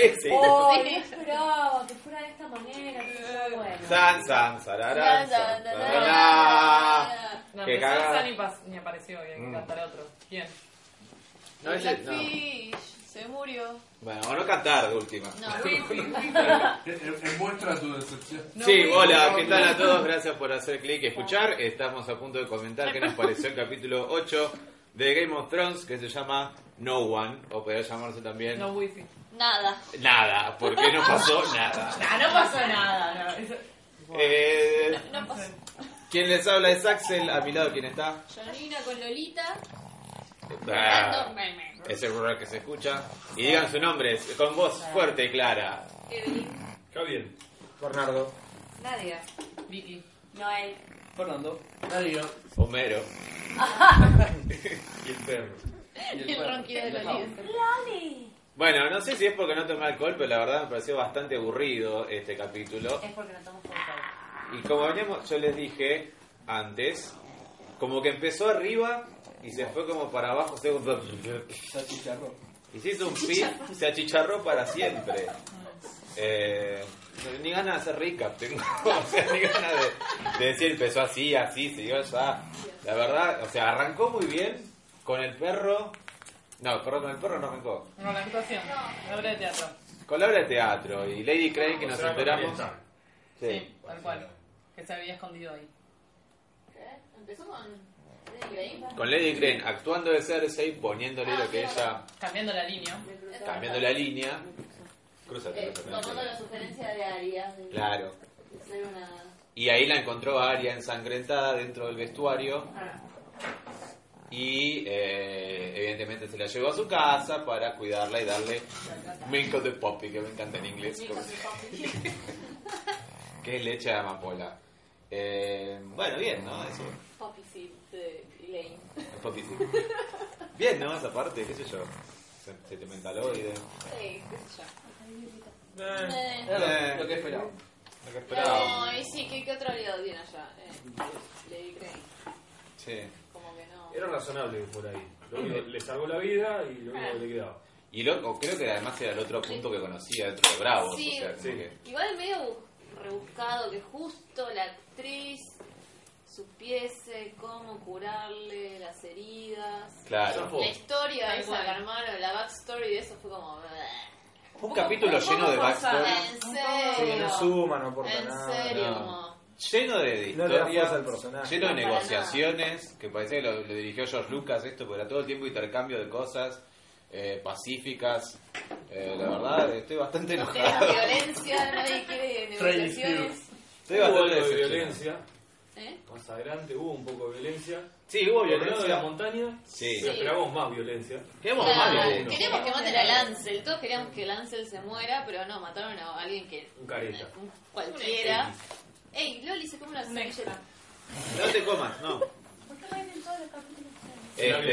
Sí. Oh, no esperaba que fuera de esta manera. Bueno. San, sararán, san, sararán. No, Que empezó cagada. ni apareció, que hay que cantar otro. ¿Quién? No, ese, no. Blackfish se murió. Bueno, o no cantar de última. No, Muestra tu decepción. Sí, hola, ¿qué tal a todos? Gracias por hacer clic y escuchar. Estamos a punto de comentar qué nos pareció el capítulo 8 de Game of Thrones, que se llama No One, o podría llamarse también No wifi. nada. Nada, porque no pasó nada. No pasó nada. No. No pasó. Quien les habla es Axel, a mi lado, ¿quién está? Janina con Lolita. Ah, ese ruido que se escucha. Y digan su nombre con voz fuerte y clara. Evelyn. Javier. Bernardo. Nadia. Vicky. Noel. Fernando. Darío. Homero. Y el perro. El ronquido de Lolita. Loli. Bueno, no sé si es porque no tomé alcohol, pero la verdad me pareció bastante aburrido este capítulo. Es porque no estamos con Y como veníamos, yo les dije antes, como que empezó arriba y se fue como para abajo, Se achicharró. y se hizo un pit, se achicharró para siempre. Ni ganas de hacer recap tengo, o sea, ni ganas de decir empezó así, siguió ya. La verdad, o sea, arrancó muy bien con el perro. No, perdón, con el perro no arrancó. No, la actuación. La obra de teatro. Con la obra de teatro y Lady Crane, que nos Será enteramos. para Sí, tal cual. Que se había escondido ahí. ¿Qué? Empezó con Lady Crane. Con Lady Crane actuando de Cersei, poniéndole lo que ella, Cambiando la línea. cambiando la línea. Crúzate. Tomando la sugerencia de Aria. De Claro. ser una... Y ahí la encontró a Arya ensangrentada dentro del vestuario. Y evidentemente se la llevó a su casa para cuidarla y darle milk of the poppy, que me encanta en inglés. Que es leche de amapola. Bueno, bien, ¿no? Eso. Poppy Seed de Elaine. Poppy sí. Bien, ¿no? Esa parte, qué sé yo. Sentimentaloide. Sí, qué sé yo. Era lo que esperaba. Lo que esperábamos. No, y sí, ¿qué otro aliado tiene allá? Lady Crane. Sí. Como que no. Era razonable por ahí. Lo único, le salvó la vida y lo único que le quedaba. Y creo que además era el otro punto que conocía dentro de Bravos. Sí, o sea, como sí. que... Igual medio rebuscado que justo la actriz supiese cómo curarle las heridas. Claro. La historia Tal esa cual. que armaron, la backstory de eso fue como... Un capítulo lleno de backstory. ¿En Sí, serio? no suma, no aporta ¿En nada. serio? no. Como... Lleno de No le da historia, fuerza al personaje. lleno de No, para negociaciones, que parecía que lo dirigió George Lucas esto, pero era todo el tiempo intercambio de cosas pacíficas. La verdad, estoy bastante Tenemos enojado. violencia, nadie quiere negociaciones. Estoy Hubo bastante algo de decepcionado. violencia. ¿Eh? Más adelante hubo un poco de violencia. Sí, hubo Por el lado de violencia. la montaña, Sí. pero esperábamos más violencia. Queremos Claro, más violencia. queríamos que maten a Lancel, todos queríamos que Lancel se muera, pero no, mataron a alguien que... Un careta. Cualquiera. Ey, Loli se come una Un extra. servilleta. No te comas, no. ¿Por qué ven todos los capítulos?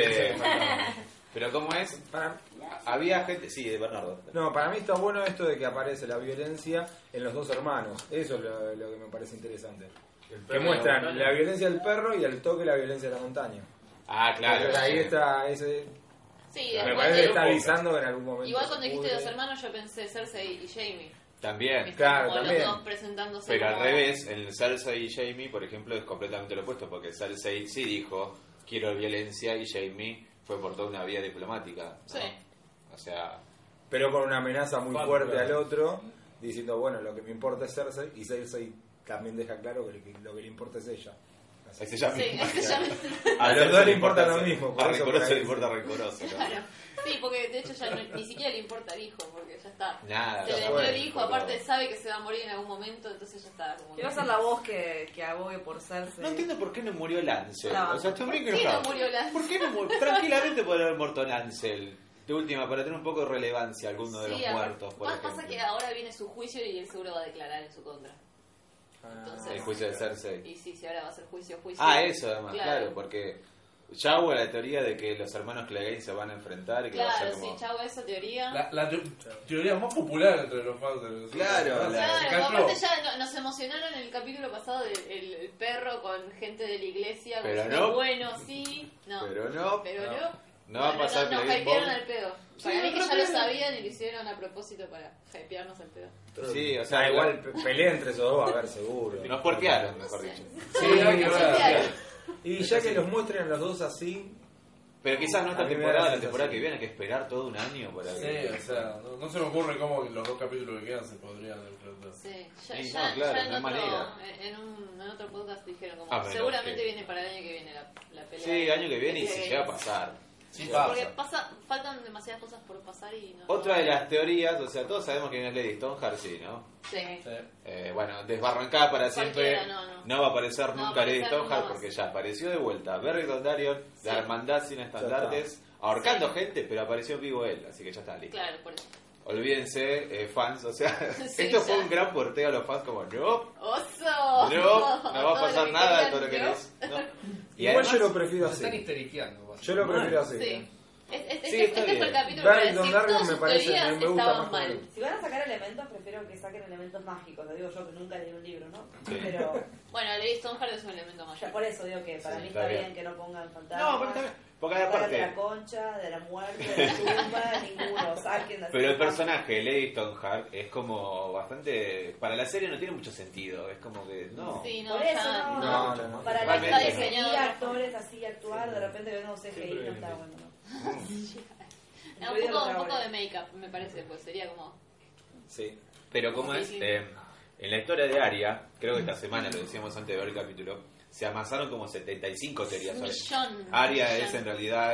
Pero ¿cómo es? Para, Había gente... Sí, de Bernardo. no, para mí está bueno esto de que aparece la violencia en los dos hermanos. Eso es lo que me parece interesante. El Que perro muestran de la montaña. la violencia del perro y al toque la violencia de la montaña. Ah, claro. Porque ahí está ese... Sí, Me después parece que de... está avisando que en algún momento... Igual cuando se dijiste pudre. dos hermanos yo pensé Cersei y Jaime. También. ¿Viste? Claro, Como también. los dos presentándose Pero al como- revés, en Cersei y Jaime, por ejemplo, es completamente lo opuesto, porque Cersei sí dijo, quiero violencia, y Jaime fue por toda una vía diplomática, ¿no? Sí. O sea, Pero con una amenaza muy Claro, fuerte claro. al otro, diciendo, bueno, lo que me importa es Cersei, y Cersei también deja claro que lo que le importa es ella. Así es que- ella Sí, misma. es que ya... A los Cersei dos le importa lo ser- mismo, por A eso Rencoroso por ahí le importa Rencoroso, ¿no? Claro. Sí, porque de hecho ya ni siquiera le importa el hijo, porque ya está. Nada. Se le fue, murió el hijo, pero- aparte sabe que se va a morir en algún momento, entonces ya está. Como Quiero ser la voz que abogue por Cersei. No entiendo por qué no murió Lancel. No. O sea, estoy muy ¿Por qué enojado. no murió Lancel? ¿Por qué no murió? Tranquilamente podría haber muerto Lancel. De última, para tener un poco de relevancia alguno de los Sí, ahora- muertos, por pasa ejemplo. que ahora viene su juicio y él seguro va a declarar en su contra. Entonces, El juicio de Cersei. Y sí, ahora va a ser juicio. Ah, eso además, claro, porque ya hubo la teoría de que los hermanos Clegane se van a enfrentar y que va a Claro, ser como... sí, chavo, esa teoría. La teoría más popular entre los fans de los... Claro, Se Claro, cayó. aparte ya nos emocionaron en el capítulo pasado del perro con gente de la iglesia, como Pero diciendo, no. bueno, sí, no, Pero no, pero no. No va a pasar que Nos le den hypearon bomb. al pedo. Sí, Para mí que pero ya lo pero- sabían y lo hicieron a propósito para hypearnos al pedo. Sí, o sea, igual pelea entre esos dos va a haber seguro. nos porquearon, mejor dicho. Sí, Sí, verdad. Y ya que los muestren a los dos así, Pero quizás no esta A mí me da temporada, la la temporada sensación. que viene hay que esperar todo un año para Sí, que... o sea, no se me ocurre cómo los 2 capítulos que quedan se podrían enfrentar. Sí, ya, Sí, ya, no, claro, ya en, no hay otro, manera. en otro podcast dijeron como Ah, pero seguramente que- viene para el año que viene la pelea. Sí, año que viene y de si Games. llega a pasar. Sí Porque pasa. faltan demasiadas cosas por pasar y no. Otra de las teorías, o sea, todos sabemos que viene Lady Stoneheart, sí, ¿no? Sí. Sí. Bueno, desbarrancada para siempre, Cualquiera, no. va a aparecer No va a nunca Lady aparecer Stoneheart nunca porque más. ya apareció de vuelta Beric Dondarrion, la Sí. hermandad sin estandartes, ahorcando gente, pero apareció vivo él, así que ya está listo. Claro, por eso. Olvídense, fans, o sea, Sí, esto fue ya. un gran porteo a los fans como, no, ¡Oso! no va a Todo lo pasar que nada de querían, todo lo que ¿no? eres. ¿no? Y igual además, yo lo prefiero Se así. están histeriqueando. Yo lo prefiero así. Sí. Este Sí, está fue el bien. capítulo Barry para decir Dondarrion todas me sus parece- teorías me gusta estaban más mal. que- Si van a sacar elementos, prefiero que saquen elementos mágicos. Lo digo yo que nunca leí un libro, ¿no? Sí. Pero Bueno, Lady Stoneheart es un elemento más. ya por eso digo que para Sí, mí está está bien. bien que no pongan fantasmas. no, pero también, porque Sáquenle aparte, la concha, de la muerte, de la tumba, ninguno. Saquen así. pero el personaje de Lady Stoneheart es como bastante, para la serie no tiene mucho sentido, es como que, no. Sí, no, Por eso ya, no. No. Para la Realmente gente no. que Diseñado y de otra actores así actuar, de repente vemos CGI Siempre no está bien. bueno, ¿no? No, Incluido los un poco dragones. de make-up, me parece, pues sería como. Sí. Pero como es, Sí. en la historia de Arya, creo que esta semana, lo decíamos antes de ver el capítulo, se amasaron como 75 teorías. Un ¿sabes? millón. Arya Un es millón. en realidad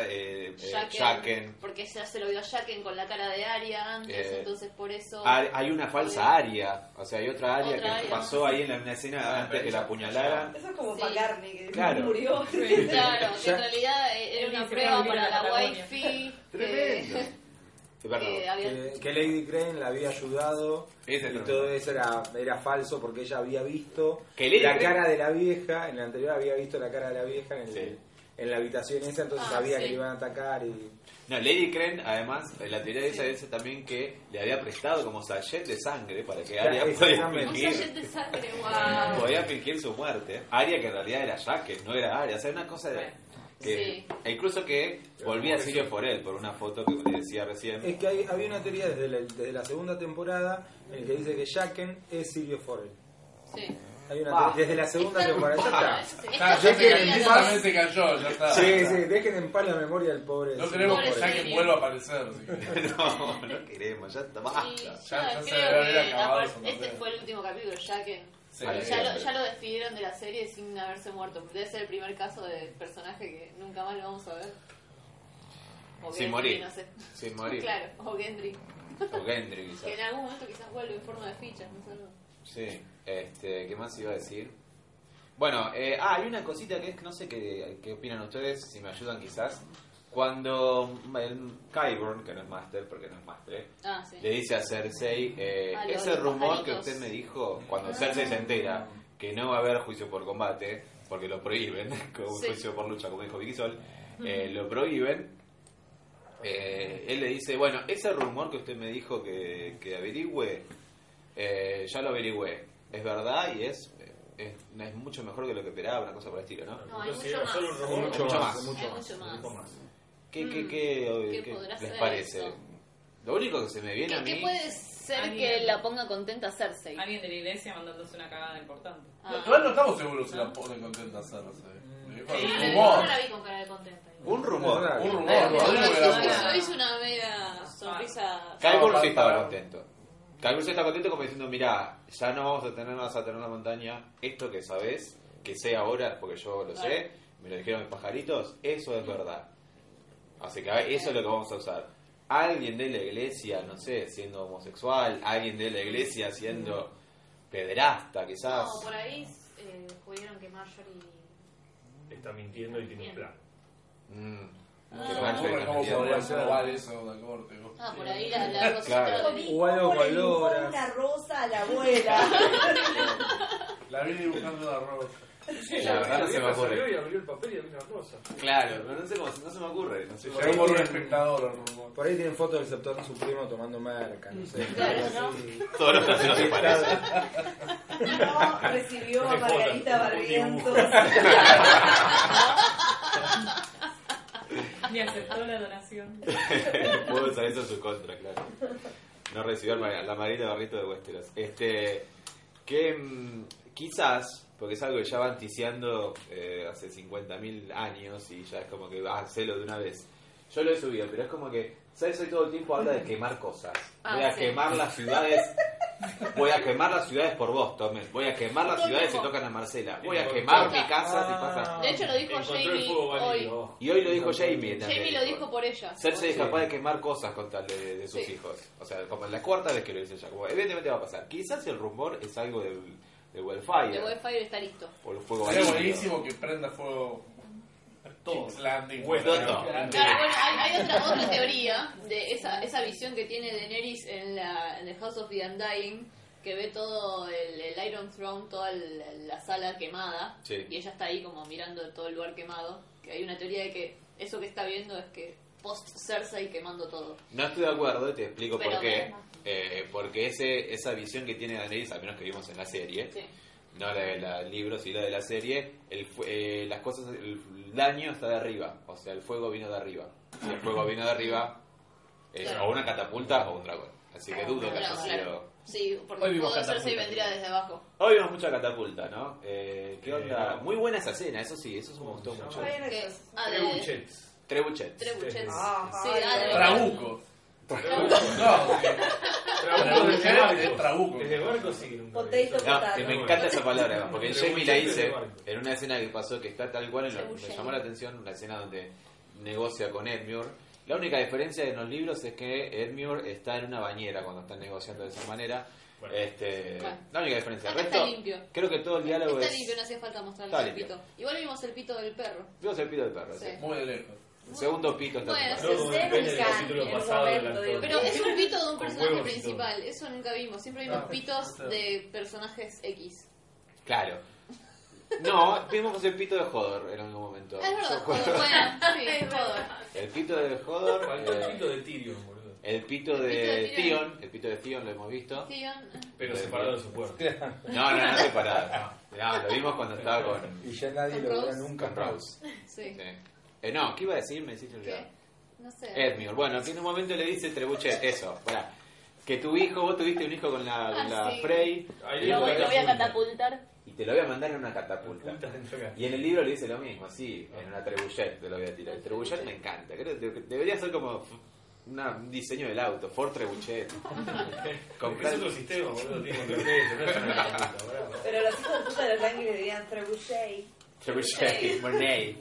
Jaqen. Porque ya se lo vio a Jaqen con la cara de Arya antes, entonces por eso. Hay una falsa Arya, o sea, hay otra Arya Otra que Arya, pasó ¿no? ahí en la escena antes que la apuñalaran. Eso es como Sí. McCartney, que Claro. murió. Claro, que en Ya. realidad era Él una dice prueba que para vivir en la la Patagonia. waifi. Tremendo. Perdón. Que Lady Crane la había ayudado Ese es y tremendo. todo eso era falso porque ella había visto Que Lady la Crane- cara de la vieja, en la anterior había visto la cara de la vieja Sí. en la habitación esa, entonces Ah, sabía sí. que le iban a atacar y... No, Lady Crane, además, la teoría de ella dice también que le había prestado como sachet de sangre para que Claro, Arya esa podía también. Un fingir, sachet de sangre, wow. podía fingir su muerte. Arya que en realidad era Jaqen, no era Arya. O sea, una cosa de... Que, Sí. e incluso que volvía a Sirio por él, por una foto que le decía recién. Es que había una teoría desde la segunda temporada en el que dice que Jaqen es Sirio Forel. Sí. Hay una teoría, desde la segunda temporada, ya está. Ya Dejen que en el paz. también se cayó, ya está. Sí, sí, dejen en paz la memoria del pobre. No Sirio queremos Pobre que Forel. Jaquen Sirio. vuelva a aparecer. Así que... No queremos, ya está, Y basta. Ya ya se creo debe haber que acabado aparte, eso este también. fue el último capítulo, Jaqen. Sí, Ya lo despidieron de la serie sin haberse muerto. Debe ser el primer caso de personaje que nunca más lo vamos a ver. O Sin Gendry, morir. No sé. Sin morir. Claro, o Gendry. O Gendry, quizás. Que en algún momento quizás vuelve en forma de fichas, no sé. Sí, ¿qué más iba a decir? Bueno, hay una cosita que es, no sé qué opinan ustedes, si me ayudan quizás. Cuando el Qyburn, que no es Master, porque no es Master, Ah, sí. le dice a Cersei, Lo de ese los rumor que pajaritos. usted me dijo, cuando Cersei se entera que no va a haber juicio por combate, porque lo prohíben, como un Sí. juicio por lucha, como dijo Vicky Sol, lo prohíben. Él le dice, bueno, ese rumor que usted me dijo que averigüe, ya lo averigüé, es verdad y es mucho mejor que lo que esperaba, una cosa por el estilo, ¿no? No, hay Entonces, mucho más. solo un rumor. Mucho más. Hay mucho más. Dijo más. ¿Qué podrá les ser parece? eso? Lo único que se me viene a mí... ¿Qué puede ser Alguien- que la ponga contenta Cersei? Alguien de la iglesia mandándose una cagada importante. Ah. Igual no estamos seguros si la pone contenta a Cersei. Sí, Un No rumor. la vi con cara de contenta. Un rumor. Es verdad. Un rumor. Yo no digo que la hizo- ponga. hice una media sonrisa. Qyburn sí estaba para- contento. Qyburn sí está contento como diciendo, mirá, ya no vamos a tener la montaña, esto que sabés, que sé ahora, porque yo lo sé, me lo dijeron mis pajaritos, eso es verdad. Así que eso es lo que vamos a usar. Alguien de la iglesia, no sé, siendo homosexual, alguien de la iglesia siendo pederasta, quizás. No, por ahí pudieron que Marjorie. Está mintiendo y tiene un plan. Que No se me Marjorie ocurre está cómo metida. podría probar eso de corte. Ah, por ahí la cosita Claro. de. O algo ¿Cómo le con dibujó loras. una rosa a la abuela? La vi dibujando una rosa. La verdad no se me ocurre. Salió y abrió el papel y abrió una rosa. Claro, pero no sé cómo, no se me ocurre. No sé, Por yo- ahí Yo por un tienen- espectador el rumor. Por ahí tienen fotos del Septor Supremo tomando merca, no sé. Claro, algo ¿no? así. Todos los casinos se parecen. No, recibió a Margarita Barrientos. Y aceptó la donación. Puedo usar eso en su contra, claro. No recibió la Margarita Barrito de Westeros. Que quizás, porque es algo que ya van ticiando hace 50.000 años y ya es como que hacelo de una vez. Yo lo he subido, pero es como que Cersei todo el tiempo habla de quemar cosas. Voy a quemar las ciudades. Voy a quemar las ciudades por vos, Tomás. Voy a quemar las ciudades si tocan a Marcela. Voy a quemar mi casa si pasa. De hecho lo dijo Jamie hoy. Y hoy lo dijo Jamie también. Jamie lo dijo por ella. Cersei es capaz de quemar cosas con tal de sus hijos. O sea, como en la cuarta vez que lo dice ella. Como evidentemente va a pasar. Quizás el rumor es algo de Wildfire. El Wildfire está listo. O el fuego Sería varínico. buenísimo que prenda fuego King's Landing. Todo. Claro, bueno, hay otra teoría de esa visión que tiene Daenerys en el House of the Undying, que ve todo el Iron Throne, toda la sala quemada, Sí. y ella está ahí como mirando todo el lugar quemado. Que hay una teoría de que eso que está viendo es que post Cersei quemando todo. No estoy de acuerdo, te explico Pero por qué. Porque esa visión que tiene Daenerys, al menos que vimos en la serie, Sí. no la de los libros y la de la serie, las cosas, el daño está de arriba, o sea, el fuego vino de arriba. Si el fuego vino de arriba, es Claro. o una catapulta o un dragón. Así que dudo que haya Claro, sido. claro. Sí, porque Hoy el vimos fuego de Cersei catapulta. vendría desde abajo. Hoy vimos mucha catapulta, ¿no? ¿Qué onda? Muy buena esa escena, eso sí, eso me gustó mucho. Que, de Trebuchets. Trebuchets. Trebuchets. Ah, Sí, ay, de Trabuco. No, es trabuco. Desde barco sí que nunca. Potato, No, potato. que me encanta esa palabra, porque en Jamie la hice Trebuchet de barco. en una escena que pasó que está tal cual, me Trebuchet. llamó la atención, una escena donde negocia con Edmure. La única diferencia en los libros es que Edmure está en una bañera cuando están negociando de esa manera. Bueno. Bueno. La única diferencia. El Acá está resto, limpio. creo que todo el diálogo Está es... limpio, no hacía falta mostrarle Está el limpio. pito. Igual vimos el pito del perro. Vimos el pito del perro. Sí. sí. Muy de lejos. El segundo pito está Bueno, tapado. No, como depende del capítulo en el pasado del momento, actor. Pero es un pito de un Con personaje huevos y principal, eso nunca vimos. Siempre vimos pitos de personajes X. Claro. No, vimos el pito de Hodor en algún momento. Es verdad, Yo acuerdo. bueno, sí, joder. El pito de Hodor. Faltó el pito de Tyrion, boludo. El pito de Theon. El pito de Theon lo hemos visto. Tyrion, Pero separado de su cuerpo. No separado. No, lo vimos cuando estaba con Y ya nadie lo verá nunca más. Rose. sí. Sí. No, ¿qué iba a decir? Me hiciste olvidar. ¿Qué? No sé. Edmure. Bueno, que en un momento le dice Trebuchet, eso, pará. Que tu hijo, vos tuviste un hijo con la sí. Frey Ahí Lo voy a catapultar. y te lo voy a mandar en una catapulta. Putas dentro de acá. Y en el libro le dice lo mismo, sí, en una Trebuchet te lo voy a tirar. El Trebuchet me encanta, creo que debería ser como un diseño del auto, Ford Trebuchet. Es otro sistema, boludo. Tiene un remedio, no es una catapulta, bravo. Pero los hijos de puta de los yankees dirían Trebuchet. Trebuchet, Monet.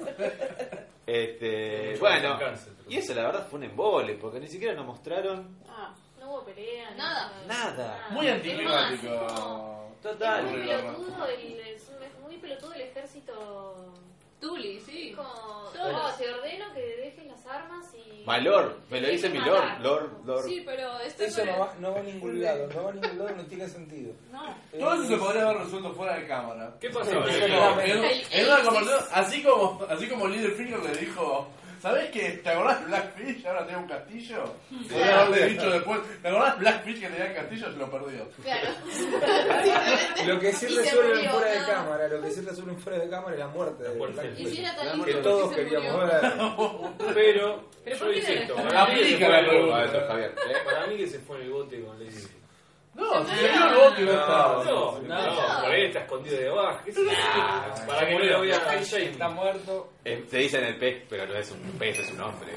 Bueno, Cáncer, y eso la verdad fue un embole, porque ni siquiera nos mostraron Ah, No hubo pelea. Nada. nada. Muy Es anticlimático. Total. muy pelotudo es muy pelotudo el ejército. Tully, sí. Como, no, te ordeno que dejes las armas y... Valor, me lo dice Te mi dejes matar. Lord. Sí, pero esto Eso no va a ningún lado, no tiene sentido. No. Todo eso se podría haber resuelto fuera de cámara. ¿Qué pasó? En una conversación, así como Littlefinger le dijo, ¿sabés que te acordás de Blackfish? Ahora tiene un castillo. Podría haberle dicho después, ¿te acordás de Blackfish que tenía el castillo? Se lo perdió. Claro. Lo que sí Y se resuelven murió, fuera de ¿no? cámara, lo que sí resuelven fuera de cámara es la muerte de muerte. Black Y Widow. si era tan Que limpio, Que ¿por todos qué se queríamos murió? ver. Pero ¿Pero yo por qué insisto, le para mí que se Aplica fue la en el pregunta. bote. Esto, Javier. Para mí que se fue en el bote con Lady Di. No, si se vio el bote y no estaba. No, por ahí está escondido de abajo. ¿Qué sé yo? ¿Para qué no lo voy a hacer Jamie? Está muerto. Te dicen el pez, pero no es un pez, es un hombre.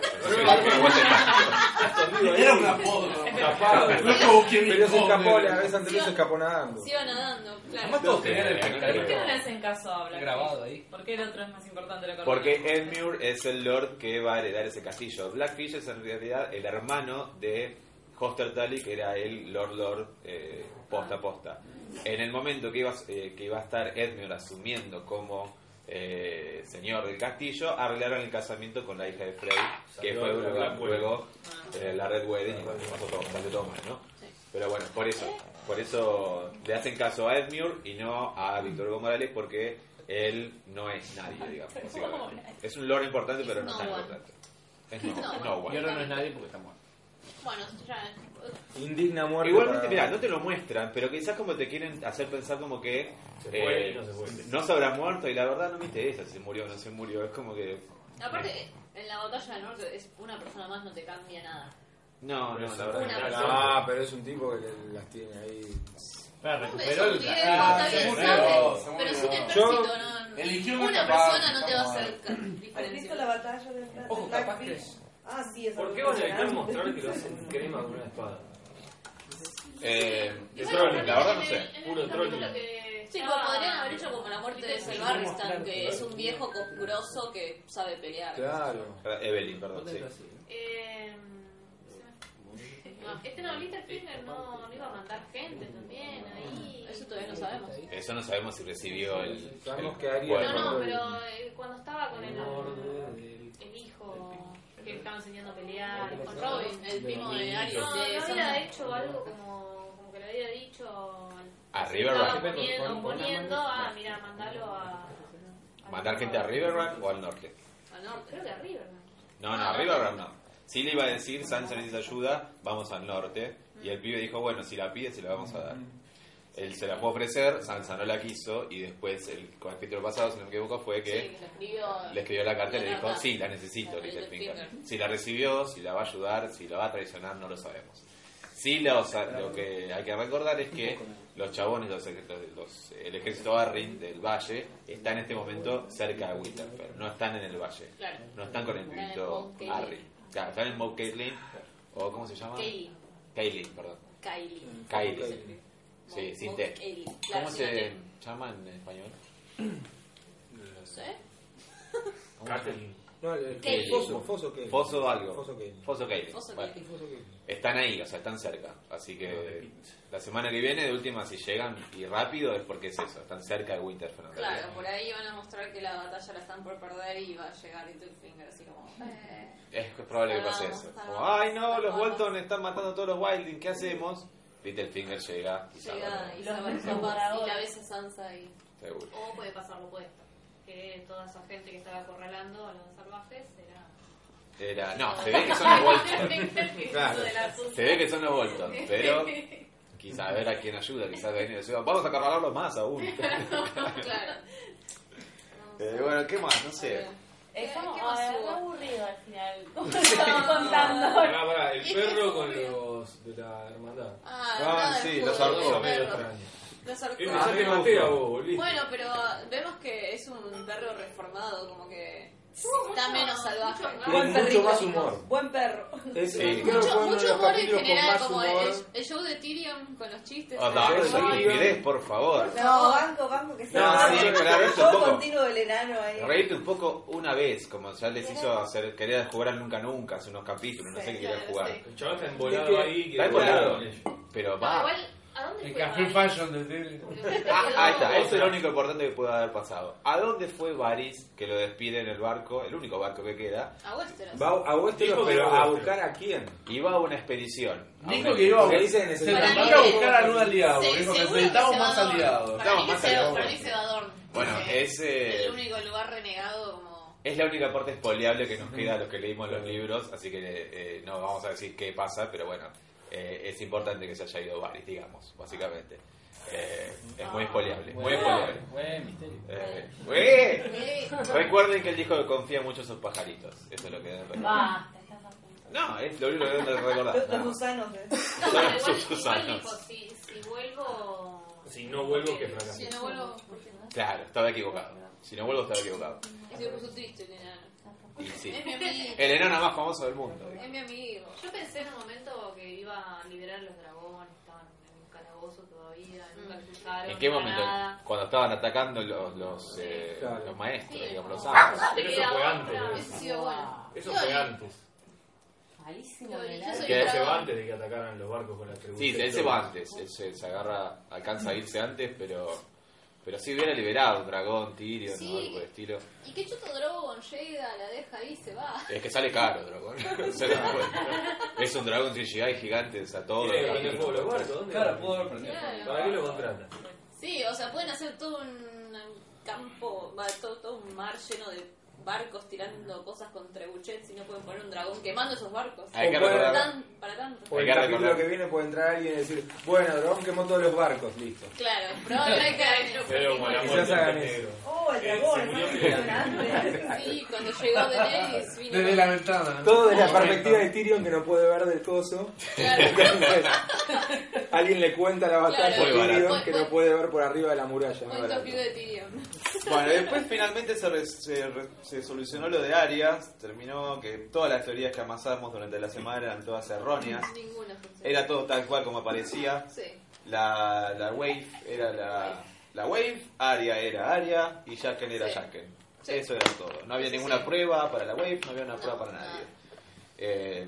Era un apodo. Tapado. No es como quien Pero se escapó, esconde. la vez anterior se escapó nadando. Se iba nadando, claro. Además todos tenían el ¿Por qué no le pecado. hacen caso a Blackfish? Grabado ahí. ¿Por qué el otro es más importante de la corona? Porque Edmure es el lord que va a heredar ese castillo. Blackfish es en realidad el hermano de Hoster Tully, que era el Lord posta a posta. En el momento que iba a estar Edmure asumiendo como señor del castillo, arreglaron el casamiento con la hija de Frey, que fue luego la Red Wedding, y pasó todo mal, ¿no? Sí. Pero bueno, por eso le hacen caso a Edmure y no a Víctor Hugo Morales, porque él no es nadie, digamos. básicamente. Es un lord importante, pero no No tan one. importante. Es No no one. Y ahora no es nadie porque está muerto. Bueno, ya. Indigna muerte. Igualmente, para- mirá, no te lo muestran, pero quizás como te quieren hacer pensar como que Se fue y no se fue. no se habrá muerto, y la verdad no me interesa si se murió o no se murió. Es como que Aparte, En la batalla del norte es una persona más, no te cambia nada. No, la verdad Una que no. persona. No, pero es un tipo que las tiene ahí. Recuperó el está bien, murió, sabe, se pero murió. sin ejército no. Eligió Una una persona no te va a capaz. hacer ¿Has diferencia. visto la batalla de Ojo, capaz que- Blackfish? Ah, sí, esa ¿Por qué fue van a evitar impresionante. mostrar que lo hacen crema con una espada? De Bueno, trolling, la verdad no sé. Puro trolling. Sí, pues podrían haber hecho como la muerte de Selvaristan, que es un viejo conjuroso que sabe pelear. Claro. Evelyn, perdón, sí. No, Littlefinger no iba a mandar gente también ahí. Eso todavía no sabemos. Eso no sabemos si recibió el Sabemos que haría cuerno. No, pero cuando estaba con el hijo que estaba enseñando a pelear, Con Robin, el primo de Arya. no de había Sansa. hecho algo como que le había dicho. A se River estaba Run. poniendo, mira, mandalo a. ¿Mandar gente a River Run o al norte? Al norte. Creo que a River. No, a River Run no. Sí le iba a decir, Sansa necesita ayuda, vamos al norte. Y el pibe dijo, bueno, si la pide, se la vamos a dar. Él se la fue a ofrecer, Sansa no la quiso. Y después, el capítulo pasado, si no me equivoco, fue que Sí, le escribió la carta y le dijo, carta. sí, la necesito, La Littlefinger. Littlefinger. Si la recibió, si la va a ayudar, si la va a traicionar, no lo sabemos. Sí, lo que hay que recordar es que los chabones, el ejército Arryn del valle, está en este momento cerca de Winterfell. No están en el valle. Claro. No están con el Están en pibito Moat Cailin. Arryn. Claro, están en Moat Cailin, o ¿cómo se llama? Kaylin. Kailin, perdón. Kaylin. Kailin. Sí, sin T. Kaylin. Claro, ¿Cómo sin se T. llama en español? No sé. ¿Cómo se Catelyn. No, el Kaylin. Foso Kaylin. Foso algo. Foso Kaylin. Foso Kailin. Foso Bueno, Kaylin. Foso Kaylin. están ahí, o sea, están cerca. Así que la semana que viene, de última, si llegan y rápido, es porque es eso, están cerca de Winterfell. en Claro, realidad. por ahí van a mostrar que la batalla la están por perder y va a llegar Littlefinger así como... Es probable que pase eso. Como, ay no, los Bolton están matando a todos los Wilding, ¿qué hacemos? Littlefinger llega y salva. Llega y Los se va devoradores. y la besa a Sansa y... Seguro. O puede pasar lo opuesto. Que toda esa gente que estaba acorralando a los salvajes No, se ve que son los Bolton. Claro. Se ve que son los Bolton, pero quizá a ver a quién ayuda, quizás venir y decir, vamos a cargarlos más aún. Claro. Bueno, ¿qué más? No sé. Estamos ¿Qué más hubo? aburrido al final. Como se está contando. Pará, el perro con los de la hermandad. Ah, sí, los Eso arcos. medio extraño. Los arcos. Ya te maté a vos, volviste. Bueno, pero vemos que es un perro reformado, como que está menos salvaje. Tiene mucho más humor. Buen perro. Es, Sí. creo que fue uno de Mucho los humor en capítulos con general, más como humor. el show de Tyrion con los chistes. Oh, no, eso es estupidez, por favor. No, banco que se No, va. sí, claro, eso Todo un poco. continuo del enano ahí. Reírte un poco una vez, como ya les hizo hacer, querer jugar al Nunca Nunca hace unos capítulos, no sé qué querían jugar. El chaval está embolado ahí. Está quiere embolado. con ellos. Pero No, va. igual, ¿a dónde El fue? café Varys? fashion de tele. Ahí está, eso es lo único importante que puede haber pasado. ¿A dónde fue Varys que lo despide en el barco, el único barco que queda? A Westeros. Va a Westeros, Dijo que pero iba a a Westeros. buscar a quién. Iba a una expedición. Dijo que iba a Porque dice que se necesita- trataba de buscar algún aliado. Sí, Dijo que seguro necesitamos que se más va a Dorne. aliados. Para Necesitamos mí más que se va- aliados. para mí se va a Dorne. Bueno, Es es el único lugar renegado como... es la única parte spoileable que nos queda a los que leímos los libros, así que no vamos a decir qué pasa, pero bueno, es importante que se haya ido Varys, digamos, básicamente. Es muy spoileable, muy spoileable. Buen misterio. Recuerden que él dijo que confía mucho en sus pajaritos, eso es lo que deben recordar. Basta, estás a punto. No, es lo único que deben recordar. Los nada más. gusanos. Son Igual, sus igual gusanos. dijo, si vuelvo... Si no vuelvo, que fracaso. Si no vuelvo... ¿por qué no? Claro, estaba equivocado. Si no vuelvo, estaba equivocado. Y se puso triste el enano. Y sí. Es mi amigo. El enano más famoso del mundo. Es mi amigo. Yo pensé en un momento que iba a liberar a los dragones, estaban en un calabozo todavía, nunca los usaron. ¿En qué para momento? nada. Cuando estaban atacando los Claro. maestros, Sí. digamos, los amos. No te Pero eso queda fue otra. antes, ¿no? Ese ha sido bueno. Eso Yo- fue antes. Malísimo Yo el soy enano. ¿Qué? Eso se va dragón. antes de que atacaran los barcos con la tribu. Sí, él se va antes, él se agarra, alcanza a irse antes, pero si hubiera liberado un dragón, Tyrion Sí. o algo por el estilo. ¿Y qué chuto Drogon llega, la deja ahí y se va? Es que sale caro, dragón. Sale caro. Es un dragón CGI gigante, o sea, todo. ¿Quiere prender fuego los barcos? ¿Dónde? Claro, pudo haber prendido. Claro. ¿Para qué lo contratan? Sí, o sea, pueden hacer todo un campo, todo un mar lleno de barcos tirando cosas con trebuchets y no pueden poner un dragón quemando esos barcos. Hay que O pueden- recordar. Para tanto. O Hay el que capítulo recordar. que viene puede entrar alguien y decir, bueno, dragón quemó todos los barcos, listo. Claro, probablemente Pero como la Quizás muerte hagan del eso. negro. Oh, el Se dragón, murió es Tyrion. impresionante. Sí, cuando llegó Daenerys vino. Desde la ventana. Todo desde la perspectiva de Tyrion que no puede ver del coso. Claro. Entonces, alguien le cuenta la batalla Claro. a Tyrion Muy que barato. no puede ver por arriba de la muralla. Point of view de Tyrion. Bueno, después finalmente se solucionó lo de Arya. Terminó que todas las teorías que amasamos durante la semana eran todas erróneas. Ninguna función. Era todo tal cual como parecía. Sí. La Wave era la Wave, Arya era Arya y Jaqen era Sí. Jaqen. Sí. Eso era todo. No había Sí, ninguna sí. prueba para la Wave, no había una No, prueba para nada. nadie.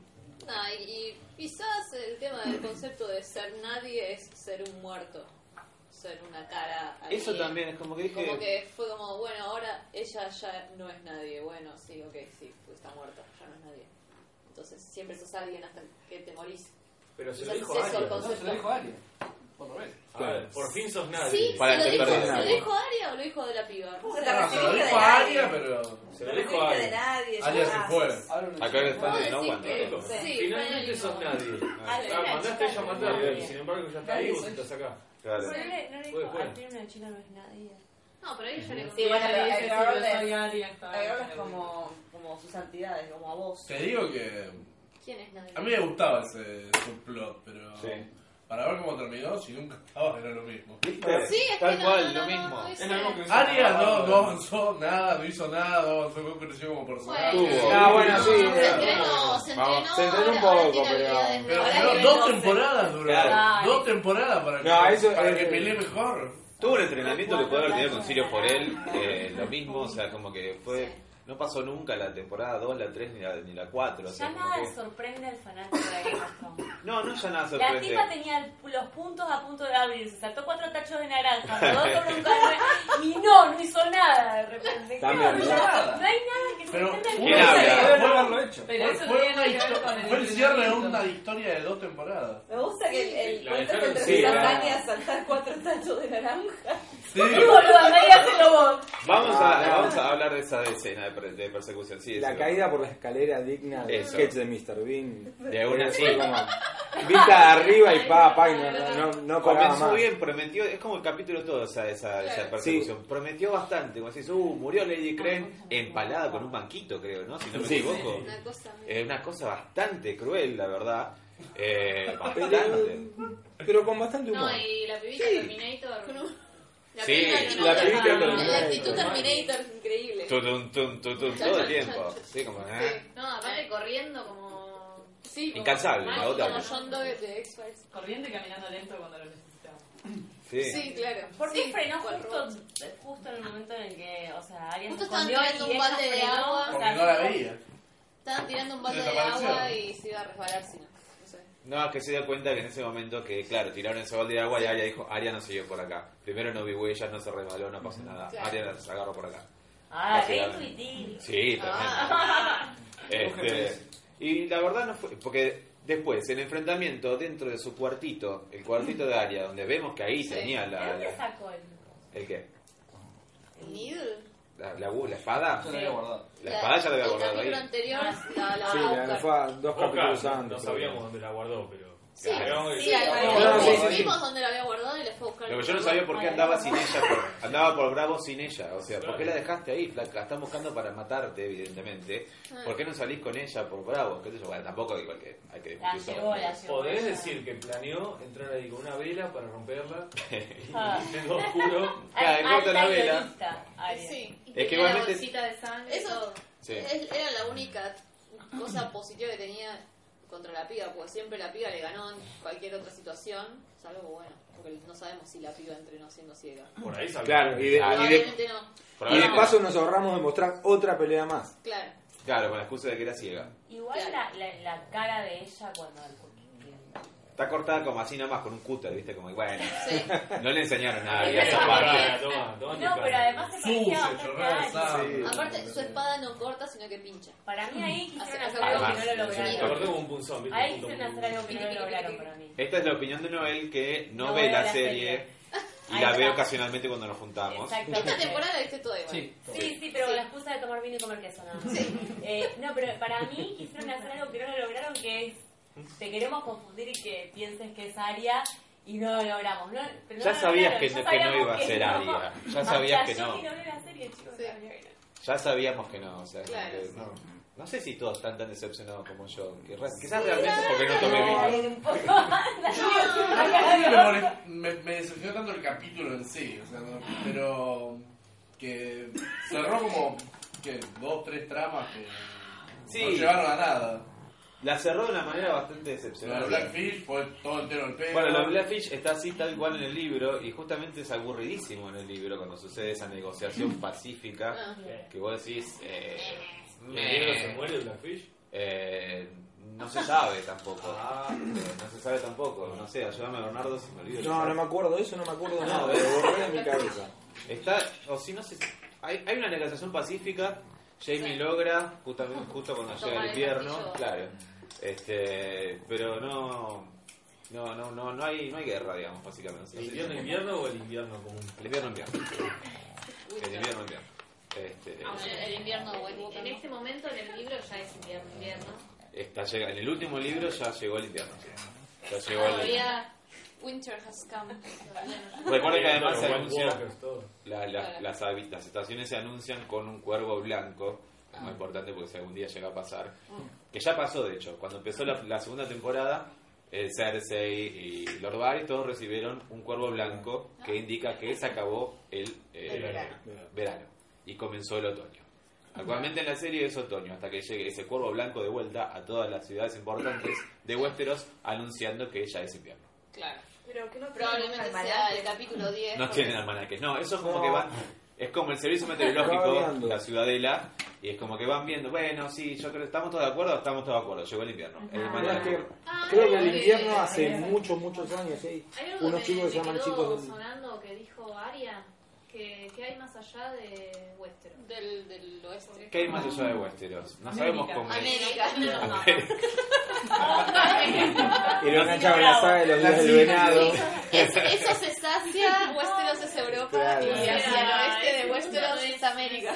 Nah, y quizás el tema del concepto de ser nadie es ser un muerto. Ser una cara. ahí. Eso también es como que dije. Como que fue como, bueno, ahora ella ya no es nadie. Bueno, sí, ok, sí, pues está muerta, ya no es nadie. Entonces siempre sos alguien hasta que te morís. Pero se lo Quizás dijo es eso el Arya. No, se lo dijo Aria. Por lo menos. A ver, por fin sos nadie. Sí, Para ¿se lo entender dijo, de ¿se lo nadie. dijo Arya o lo dijo de la piba? ¿Cómo que No, te se lo recibiste dijo de a nadie? Aria, pero. Se lo Te dijo recibiste de Arya. nadie. Aria ya se vas. fue. Acá el fan de No decir One. que- Sí, Sí, finalmente fue sos nadie. Arya Ah, era mandaste a ella chica, a no es matar, nadie. y sin embargo ya está ahí, vos estás acá. Claro. No le Puede, dijo, puede. al fin una chica no es nadie. No, pero ella le Sí, contó. ella le dice, hay que sí, yo hablarle. soy Aria, está Hay bien. hablas como sus santidades, como a vos. Te digo que. ¿Quién es nadie? A mí me gustaba ese subplot, pero. Sí. Para ver cómo terminó, si nunca estaba, era lo mismo. ¿Viste? Sí, es Tal que cual, no, lo mismo. no, Es lo mismo que Aria no avanzó nada, no hizo nada, no avanzó, no creció como personaje. Bueno. Ah, bueno, sí. Se entrenó, se Vamos, entrenó. se entrenó un ahora poco, tiene pero- habilidades Pero ahora duró que dos no sé. temporadas, duraron. Claro. 2 temporadas para que, No, eso para es- que pelee mejor. Tuvo un entrenamiento que puede haber tenido con Sirio por él, lo mismo, o sea, como que fue. Sí. No pasó nunca la temporada 2, la 3 ni la 4. O sea, Ya como nada que- sorprende al fanático de Game of Thrones. No, ya nada La sorprende. tipa tenía los puntos a punto de abrirse, saltó 4 tachos de naranja, rodó sobre un carro y no hizo nada de repente. También, Claro, no nada. no hay nada que se Pero entienda. ¿Quién uno habla? se- Debe haberlo hecho. Pero eso fue tiene una que ver histo- con el fue el cierre de entrenamiento. una historia de 2 temporadas. Me gusta que el La puente dejaron entre sí, las la- arañas saltar 4 tachos de naranja. Sí. Y boludo, andá y hacelo vos. Vamos Ah, vamos a hablar de esa escena de persecución. Sí, La decilo. caída por la escalera digna del Eso. sketch de Mr. Bean. De una Fue sí. como vista de arriba y pa, y no paraba Comenzó más. bien, prometió, es como el capítulo todo esa persecución. Prometió bastante, como decís, murió Lady Crane empalada con un banquito, creo, ¿no? Si no me Sí. equivoco. Una cosa muy- Es una cosa bastante cruel, la verdad. Bastante. Pero con bastante humor. No, y la pibita Terminator. Con un- La Sí, piba la Terminator. pibita Terminator. La actitud Terminator es increíble. Todo el tiempo. Sí, como, No, aparte corriendo como. Sí, como- Incansable, como inagotable. John Doe de X-Files. Corriendo y caminando lento cuando lo necesitamos. Sí. Sí, claro. ¿Por qué Sí, frenó cual robot. justo en el momento en el que, o sea, Arya Justo se estaban escondió tirando y un ella balde de frenó? agua. O Porque sea, no la veía. Estaban tirando un balde de Desapareció. agua y se iba a resbalar si no. No sé. No, es que se dio cuenta que en ese momento que, claro, tiraron ese balde de agua y Arya dijo, Arya no siguió por acá. Primero no vi huellas, no se resbaló, no pasó nada. Claro. Arya se agarró por acá. Ah, re Básicamente. intuitivo. Sí, también. Ah, Y la verdad no fue, porque después el enfrentamiento dentro de su cuartito, el cuartito de Arya, donde vemos que ahí Sí. tenía ¿De dónde la sacó el? ¿el qué? el Needle. La espada. Yo la había guardado. La espada ya la había El guardado capítulo ahí. anterior la Sí, van a la buscar. fue a 2 capítulos Oscar, antes. no sabíamos dónde la guardó, pero. Sí, Pero- sí, vimos dónde la había guardado y le fue a buscar. Lo que yo no sabía por qué andaba sin ella, andaba por Bravo sin ella, o sea, ¿por qué la dejaste ahí, flaca? Están buscando para matarte, evidentemente. ¿Por qué no salís con ella por Bravo? ¿Qué sé yo? Bueno, tampoco igual que hay que La discutir llevó, todo. la llevó. Podés decir que planeó entrar ahí con una vela para romperla. Ah. En lo oscuro. Claro, corta la Alta vela. guionista, Arya. Sí. Y Es que tenía la igualmente- bolsita de sangre y Eso todo. Sí. era la única cosa positiva que tenía contra la piba, porque siempre la piba le ganó en cualquier otra situación, salvo, bueno, porque no sabemos si la piba entrenó siendo ciega. Por ahí salió. Claro, y de Probablemente no. Probablemente paso no. nos ahorramos de mostrar otra pelea más. Claro. Claro, con la excusa de que era ciega. Igual Claro. la cara de ella cuando... Está cortada como así nomás, con un cúter, ¿viste? Como, bueno, Sí. no le enseñaron nada Sí, a esa sí. parte. Toma, toma tu No, pero cara. además se parecía Sucia, bastante chorreada a de Arya. sangre. Aparte, su espada no corta, sino que pincha. Para mí ahí quisieron Hace- hacer algo que hace- no lo hace- Se lograron. cortó como un punzón, ¿viste? Ahí Un punto quisieron muy- hacer algo que no lo lograron para mí. Esta es la opinión de Noel, que no No ve veo la la serie Y la veo ocasionalmente cuando nos juntamos. Exacto. Esta temporada viste todo igual. Sí, pero la excusa de tomar vino y comer queso, nada más. No, pero para mí quisieron hacer algo que no lo lograron, que es te queremos confundir y que pienses que es Aria y no lo logramos. No, pero Ya no sabías lograron, que no iba a ser Aria. Ya sabías que no. Ya sabíamos que no. O sea, Claro, que sí. no sé si todos están tan decepcionados como yo. Quizás realmente porque no tomé vino. Un poco. Me decepcionó tanto el capítulo en sí, o sea, pero que cerró como que 2, 3 tramas que Sí. no llevaron a nada. La cerró de una manera bastante Lo de decepcionante. Blackfish fue todo entero el pelo. Bueno, lo de Blackfish está así tal cual en el libro y justamente es aburridísimo en el libro cuando sucede esa negociación pacífica Ah. que vos decís... ¿El negro se muere de Blackfish? No se sabe tampoco. No se sabe tampoco. No sé, ayúdame Bernardo si me olvido. No me acuerdo de eso, no me acuerdo nada, lo borré de mi cabeza. Está, o si no sé, hay una negociación pacífica. Jamie logra justo cuando llega Tomar el el invierno, castillo. claro. Pero no hay guerra, digamos, básicamente. ¿El invierno o el invierno común? El invierno. El invierno. El invierno de White Walker. En este momento en el libro ya es invierno. En el último libro ya llegó el invierno. Ya llegó el Todavía Winter has come. Recuerda que además se White anuncia Walkers, todo. las estaciones se anuncian con un cuervo blanco, es muy importante porque si algún día llega a pasar, que ya pasó de hecho, cuando empezó la segunda temporada, Cersei y Lord Varys todos recibieron un cuervo blanco que indica que se acabó el verano y comenzó el otoño. Actualmente en la serie es otoño, hasta que llegue ese cuervo blanco de vuelta a todas las ciudades importantes de Westeros anunciando que ya es invierno. Claro. Pero que no Probablemente sea el capítulo 10. No porque- tienen almanaques, no, eso es como que van, es como el servicio Va meteorológico, variando. la ciudadela, y es como que van viendo, bueno, sí, yo creo, ¿estamos todos de acuerdo? Estamos todos de acuerdo, llegó el invierno. El Mirá almanaque. que creo que el invierno hace muchos años, hay Hay algo unos que chicos que se me llaman quedó chicos del... sonando que dijo Aria, que hay más allá de Westeros. Del oeste. ¿Qué hay más allá de Westeros? No sabemos cómo es. América. Y lo enganchaban en la saga de los días del venado. Eso es Asia, Westeros es Europa Claro. y hacia el oeste de Westeros es América.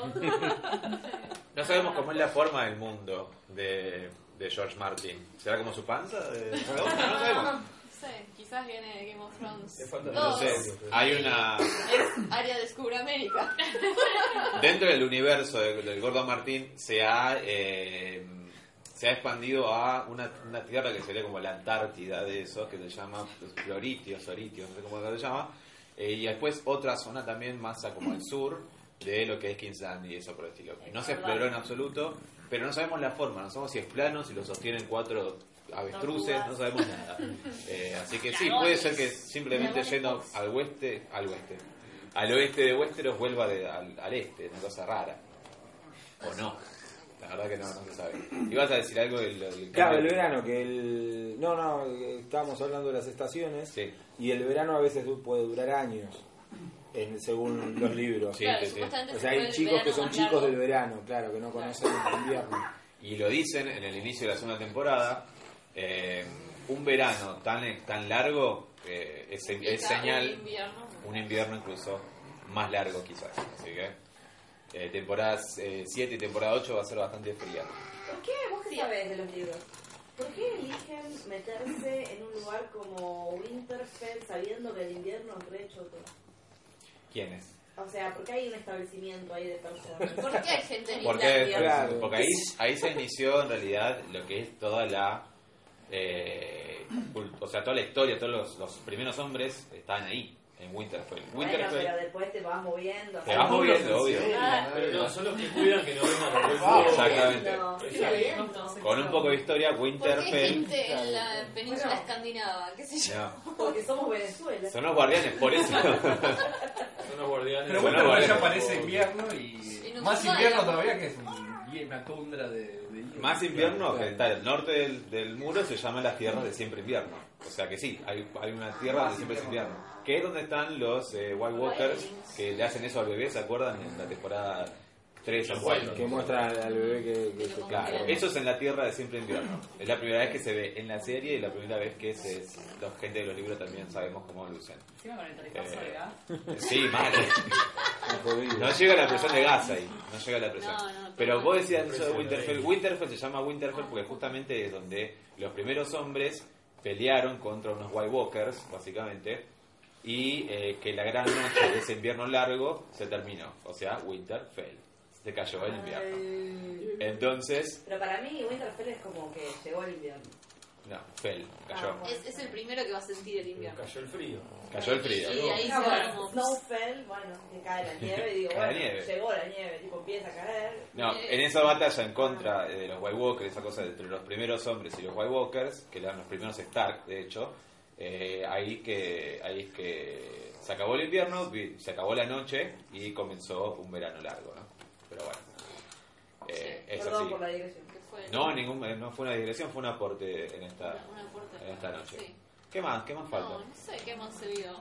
No sabemos cómo es la forma del mundo de George Martin. ¿Será como su panza? No sabemos. No sé, quizás viene de Game of Thrones. Te falta No 2. sé, hay una... Es Aria descubre América. Dentro del universo del Gordo Martín se ha expandido a una tierra que sería como la Antártida de esos, que se llama Floritio, Soritio, no sé cómo se llama, y después otra zona también más como al sur de lo que es King's Landing y eso por el estilo. No se exploró en absoluto, pero no sabemos la forma, no sabemos si es plano, si lo sostienen 4 avestruces, no sabemos nada. Así que sí, puede ser que simplemente yendo al oeste de Westeros vuelva al este, una cosa rara. O no. La verdad que no se sabe. ¿Ibas a decir algo del Claro, el cambio? verano, que el... No, estábamos hablando de las estaciones, Sí. y el verano a veces puede durar años, según los libros. Sí, Claro, sí. supuestamente O se sea, fue hay el chicos verano que son más chicos largo. del verano, claro, que no conocen el invierno. Y lo dicen en el inicio de la segunda temporada, un verano tan largo es Quizá señal, un invierno. incluso más largo quizás. Así que temporadas 7 y temporada 8 va a ser bastante fría. ¿Por qué vos qué sabés de los libros? ¿Por qué eligen meterse en un lugar como Winterfell sabiendo que el invierno es re choto? ¿Quiénes? O sea, ¿por qué hay un establecimiento ahí de personas? ¿Por qué hay gente en Porque, Islandia? Claro. porque ahí se inició en realidad lo que es toda la o sea, toda la historia, todos los primeros hombres estaban ahí en Winterfell. Bueno, pero después te vas moviendo. Te vas moviendo, obvio. Pero no, son los que cuidan que no vengan a volver. Exactamente. No, Sí, está bien. Con un poco de historia, ¿Por qué hay Winterfell gente en la península Bueno. escandinava? ¿Qué sé yo? no, Porque somos Venezuela. son los guardianes, por eso. Son los guardianes. Pero Bueno, bueno, vale. ya parece invierno Y y no más se invierno vaya. todavía que es una tundra de hielo. Más invierno, que está al norte del muro, se llama las tierras de siempre invierno. O sea que sí, hay una tierra donde siempre es invierno. Que es donde están los White Walkers que le hacen eso al bebé, ¿se acuerdan? En la temporada 3 o 4. Que muestra al bebé que se Claro, eso es en la Tierra de Siempre Invierno. Es la primera vez que se ve en la serie y la primera vez que la gente de los libros también sabemos cómo lucen. Encima con el tarifazo de gas. Sí, mal. No llega la presión de gas ahí. No llega la presión. Pero vos decías eso de Winterfell. Winterfell se llama Winterfell porque justamente es donde los primeros hombres pelearon contra unos White Walkers, básicamente. Y que la gran noche de ese invierno largo se terminó. O sea, Winterfell. Se cayó el invierno. Entonces. Pero para mí, Winterfell es como que llegó el invierno. No, Fell, cayó. Es el primero que va a sentir el invierno. Cayó el frío. Cayó el frío. Y ahí se No, va como... Snowfell, bueno, que cae la nieve y digo, Cae la bueno, nieve. llegó la nieve, tipo empieza a caer. No, en esa batalla en contra de los White Walkers, esa cosa entre los primeros hombres y los White Walkers, que eran los primeros Stark, de hecho, ahí es que se acabó el invierno, se acabó la noche y comenzó un verano largo, ¿no? Pero bueno, es Perdón así. por la digresión. No, no fue una digresión, fue un aporte en esta, en esta noche. Sí. ¿Qué más falta? No sé qué más se vio.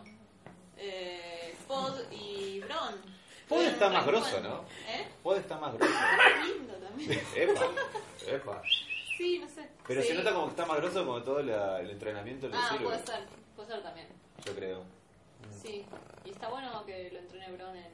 Pod y Bron. Pod está más grosso, ¿no? Pod está más grosso. Lindo también. Epa. Sí, no sé. Pero sí. se nota como que está más grosso como todo el entrenamiento le sirve. Puede ser también. Yo creo. Sí, y está bueno que lo entrene Bron en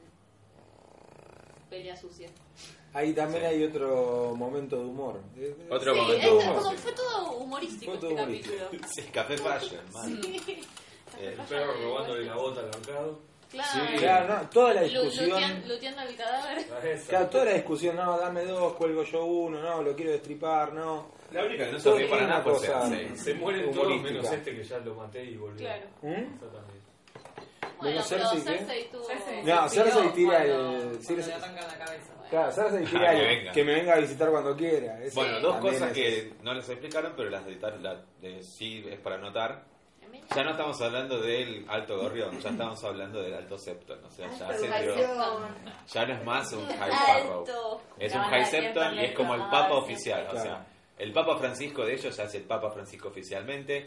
pelea sucia. Ahí también hay otro momento de humor. Otro Sí, momento de humor. como fue todo humorístico Fue todo este humorístico. capítulo. Sí, Café Fashion, man. Sí. El perro robándole la bota al mercado. Claro. Claro, no, toda la discusión. Luteando el cadáver. Claro, toda la discusión, no, dame 2, cuelgo yo 1, no, lo quiero destripar, no. La única que no se ríe para nada fue Cersei. Se mueren todos humorística. menos este que ya lo maté y volví. Claro. Exactamente. Bueno, Menos pero Cersei, ¿qué? Cersei tuvo... No, Cersei tira cuando Cersei- le arrancan la cabeza. Claro, Cersei tira que venga. que me venga a visitar cuando quiera. Ese Bueno, dos también cosas es- que no les explicaron, pero las de sí es para notar. Ya no estamos hablando del Alto Gorrión, ya estamos hablando del Alto Septon. O sea, ya se ya no es más un High Sparrow. Es un High Septon y es como el Papa oficial. O sea, el Papa Francisco de ellos ya es el Papa Francisco oficialmente.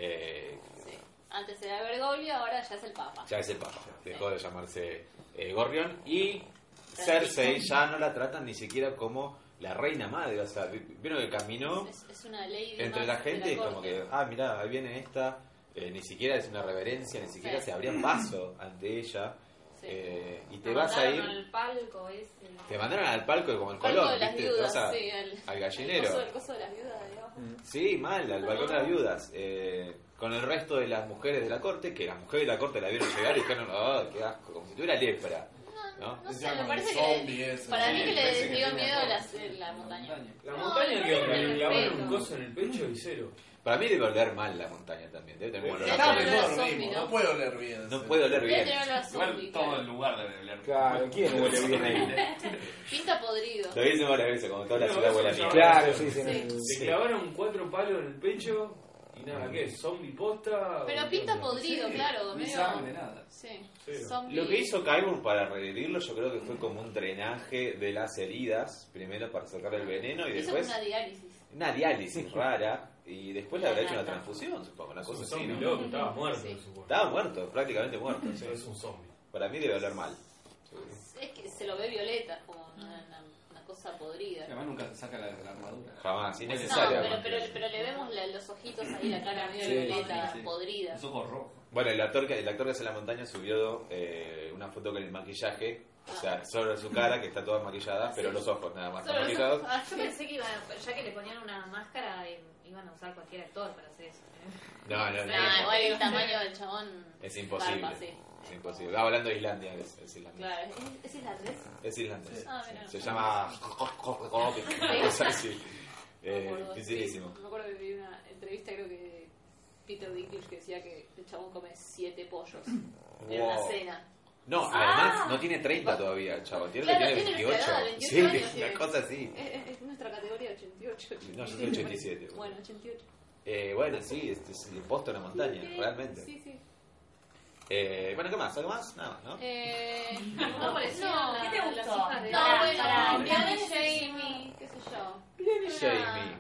Sí. Antes era Bergoglio, ahora ya es el Papa. Ya es el Papa. Dejó de llamarse Gorrión. Y Cersei ya no la tratan ni siquiera como la reina madre. O sea, vieron que caminó Es una ley entre la gente y como que, mirá, ahí viene esta. Ni siquiera es una reverencia, ni siquiera se abría paso ante ella. Sí. Y te vas a ir. al palco ese. Te mandaron al palco como el Palco Colón, de las ¿viste? viudas, Te vas sí, al gallinero. El coso de las viudas, digamos. Sí, mal, al balcón de las viudas. Con el resto de las mujeres de la corte, que las mujeres de la corte la vieron llegar y dijeron, qué asco, como si tuviera lepra. ¿No? No sé, Decía me con parece el que zombie ese. para mí Sí, que parece le que dio tiene miedo algo. la montaña. La No, montaña no, que no, le clavaron respeto. un coso en el pecho y cero. Para mí debe oler mal la montaña también. Debe tener olor a Claro, zombie. pero No, era lo zombie, mismo, ¿no? no puede oler bien. No puede oler Debe bien. tener olor a Igual zombie, todo claro. el lugar debe oler. Claro, ¿quién huele bien ahí? Pinta podrido. Lo dicen varias veces, como toda la No, ciudad eso huele a ya- mierda. Claro, sí, Se clavaron 4 palos en el pecho y nada, ¿qué? ¿Zombie posta? Pero o pinta qué onda? podrido, claro. Ni medio- sangre, nada. Sí. Cero. Zombie. Lo que hizo Qyburn para revivirlo, yo creo que fue como un drenaje de las heridas, primero para sacar el veneno y Hizo después una diálisis. una diálisis rara y después le habrá hecho una transfusión, supongo, una Es un cosa así, zombie ¿no? loco, estaba muerto. Sí. supongo. Estaba muerto, prácticamente muerto. sí. Eso es un zombie. Para mí debe oler mal. Es que se lo ve violeta, como una cosa podrida. Además nunca te saca la armadura. Jamás, No, innecesaria. pero le vemos los ojitos ahí, la cara medio Sí, violeta, sí, sí. podrida. Los ojos rojos. Bueno, el actor que hace la montaña subió una foto con el maquillaje, o sea, solo su cara, que está toda maquillada, pero los ojos nada más Solo están los maquillados. ojos. Yo pensé que ya que le ponían una máscara, iban a usar cualquier actor para hacer eso. No, Igual el tamaño del chabón. es imposible. Barba, sí. Es imposible. Estaba hablando de Islandia, es islandés. Claro, ¿es islandés? Es islandés. Ah, mira. Se llama una cosa así. Me acuerdo, Dificilísimo. sí. Me acuerdo que vi una entrevista, creo que Peter Dinklage, que decía que el chabón come 7 pollos en una Wow. cena. No, además no tiene 30 todavía el chavo, tiene, Claro, tiene tiene 28. nuestra edad, 28 Sí, años una tiene. cosa así. Es nuestra categoría 88. No, yo soy 87. Bueno, 88. Bueno, sí, este es el posto de la montaña, realmente. Sí, sí. Bueno, ¿qué más? ¿Algo más? Nada más, ¿no? No, pareció no, la- ¿Qué te las gustó? hijas de- No, Para- bueno, para- Brian y Jamie, qué sé yo. Brian y Jamie.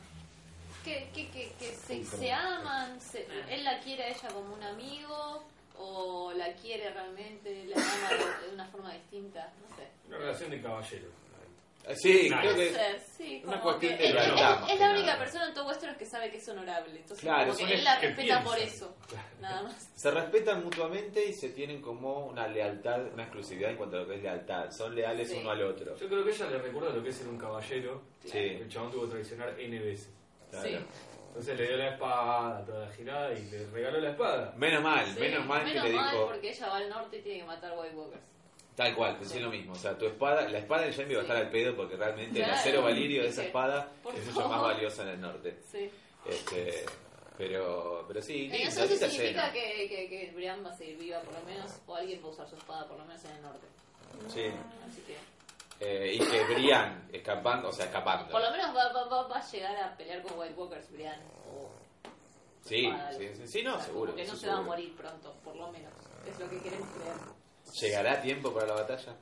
Que se aman, él la quiere a ella como un amigo, o la quiere realmente, la ama de una forma distinta, no sé. Una relación de caballero. Sí, Nah, creo que Puede ser, sí, una como cuestión que de es lealtad, más la que única nada. persona en todo Westeros que sabe que es honorable, entonces Claro, como son que él la que respeta por piensan. eso, nada más. se respetan mutuamente y se tienen como una lealtad, una exclusividad en cuanto a lo que es lealtad. Son leales Sí. uno al otro. Yo creo que ella le recuerda lo que es ser un caballero. Sí. Que el chabón tuvo que traicionar N veces. Claro. Sí. Entonces le dio la espada, toda la girada y le regaló la espada. Menos mal, Sí, menos mal que le dijo. porque ella va al norte y tiene que matar White Walkers. Tal cual, pensé lo mismo. O sea, tu espada, la espada de Jaime va a estar al pedo porque realmente el Claro. acero valirio de esa Dije, espada por es mucho más favor. valiosa en el norte. Sí. Pero sí, Y eso la sí cita significa llena. que Brian va a seguir viva por lo menos, o alguien va a usar su espada por lo menos en el norte. Sí. Así que Y que Brian escapando, o sea, escapando. por lo menos va a llegar a pelear con White Walkers Brian. O Sí, espada, sí, no, o sea, seguro. como que no eso se va a seguro. morir pronto, por lo menos. Es lo que queremos creer. ¿Llegará a tiempo para la batalla?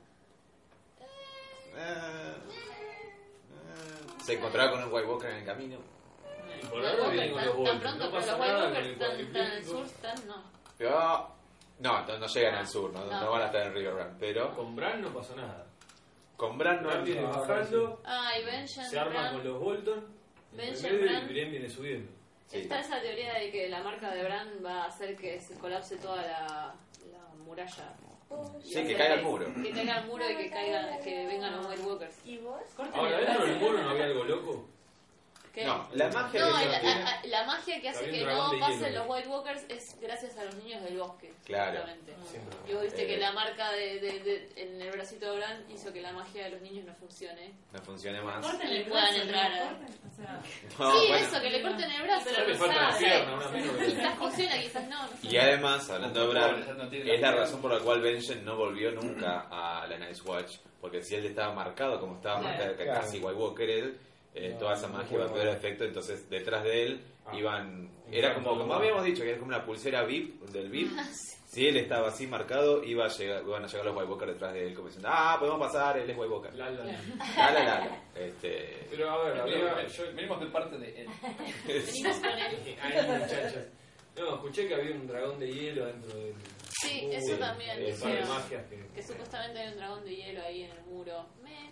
¿Se encontrará con un White Walker en el camino? Y por White ahora Walkers vienen con los tan Bolton. pronto, No pero pasa los White nada con Walkers el están al cuadripléjico. sur, están no. Pero no llegan al sur, no van a estar en Rio Grande. Pero Con Bran no pasó nada. con Bran Bran viene bajando, Ah, y Benjen se arma Bran. con los Bolton. Benjen Medio, Bran. y Brienne viene subiendo. Sí. Está esa teoría de que la marca de Bran va a hacer que se colapse toda la muralla. Y Sí, va a que hacer caiga el muro. Que caiga el muro y que vengan los White Walkers. ¿Y vos? Ahora, dentro del muro no había algo loco. ¿Qué? No, la magia No, que la, ellos tienen. la magia que hace Había que un dragón no de pasen hielo. los White Walkers es gracias a los niños del bosque. Claro. Justamente. Siempre. Y vos viste Eh. que la marca en el bracito de Bran hizo que la magia de los niños no funcione. No funcione más. Córtenle Y el puedan brazo, entrar ¿no? a- Corten, o sea, No, Sí, bueno. eso, que le corten el brazo. Ya le falta una no sé. pierna, una mano. Quizás funciona, quizás no. no sé. Y además, hablando de Bran, No tiene es la la razón por la cual Benjen no volvió nunca a la Night's Watch. Porque si él estaba marcado como estaba marcado, que Claro. casi White Walker él, toda esa magia iba a perder efecto. Entonces, detrás de él iban. Era como habíamos dicho, que era como una pulsera VIP del VIP. Si él estaba así marcado, iban a llegar los White Walker detrás de él, como diciendo, podemos pasar, él es White Walker. La. La. Pero a ver, había. Yo, Venimos de parte de él. Venimos con él. Ay, muchachos. No, escuché que había un dragón de hielo dentro del. Sí, eso también Un par de dijeron. magias Que supuestamente hay un dragón de hielo ahí en el muro.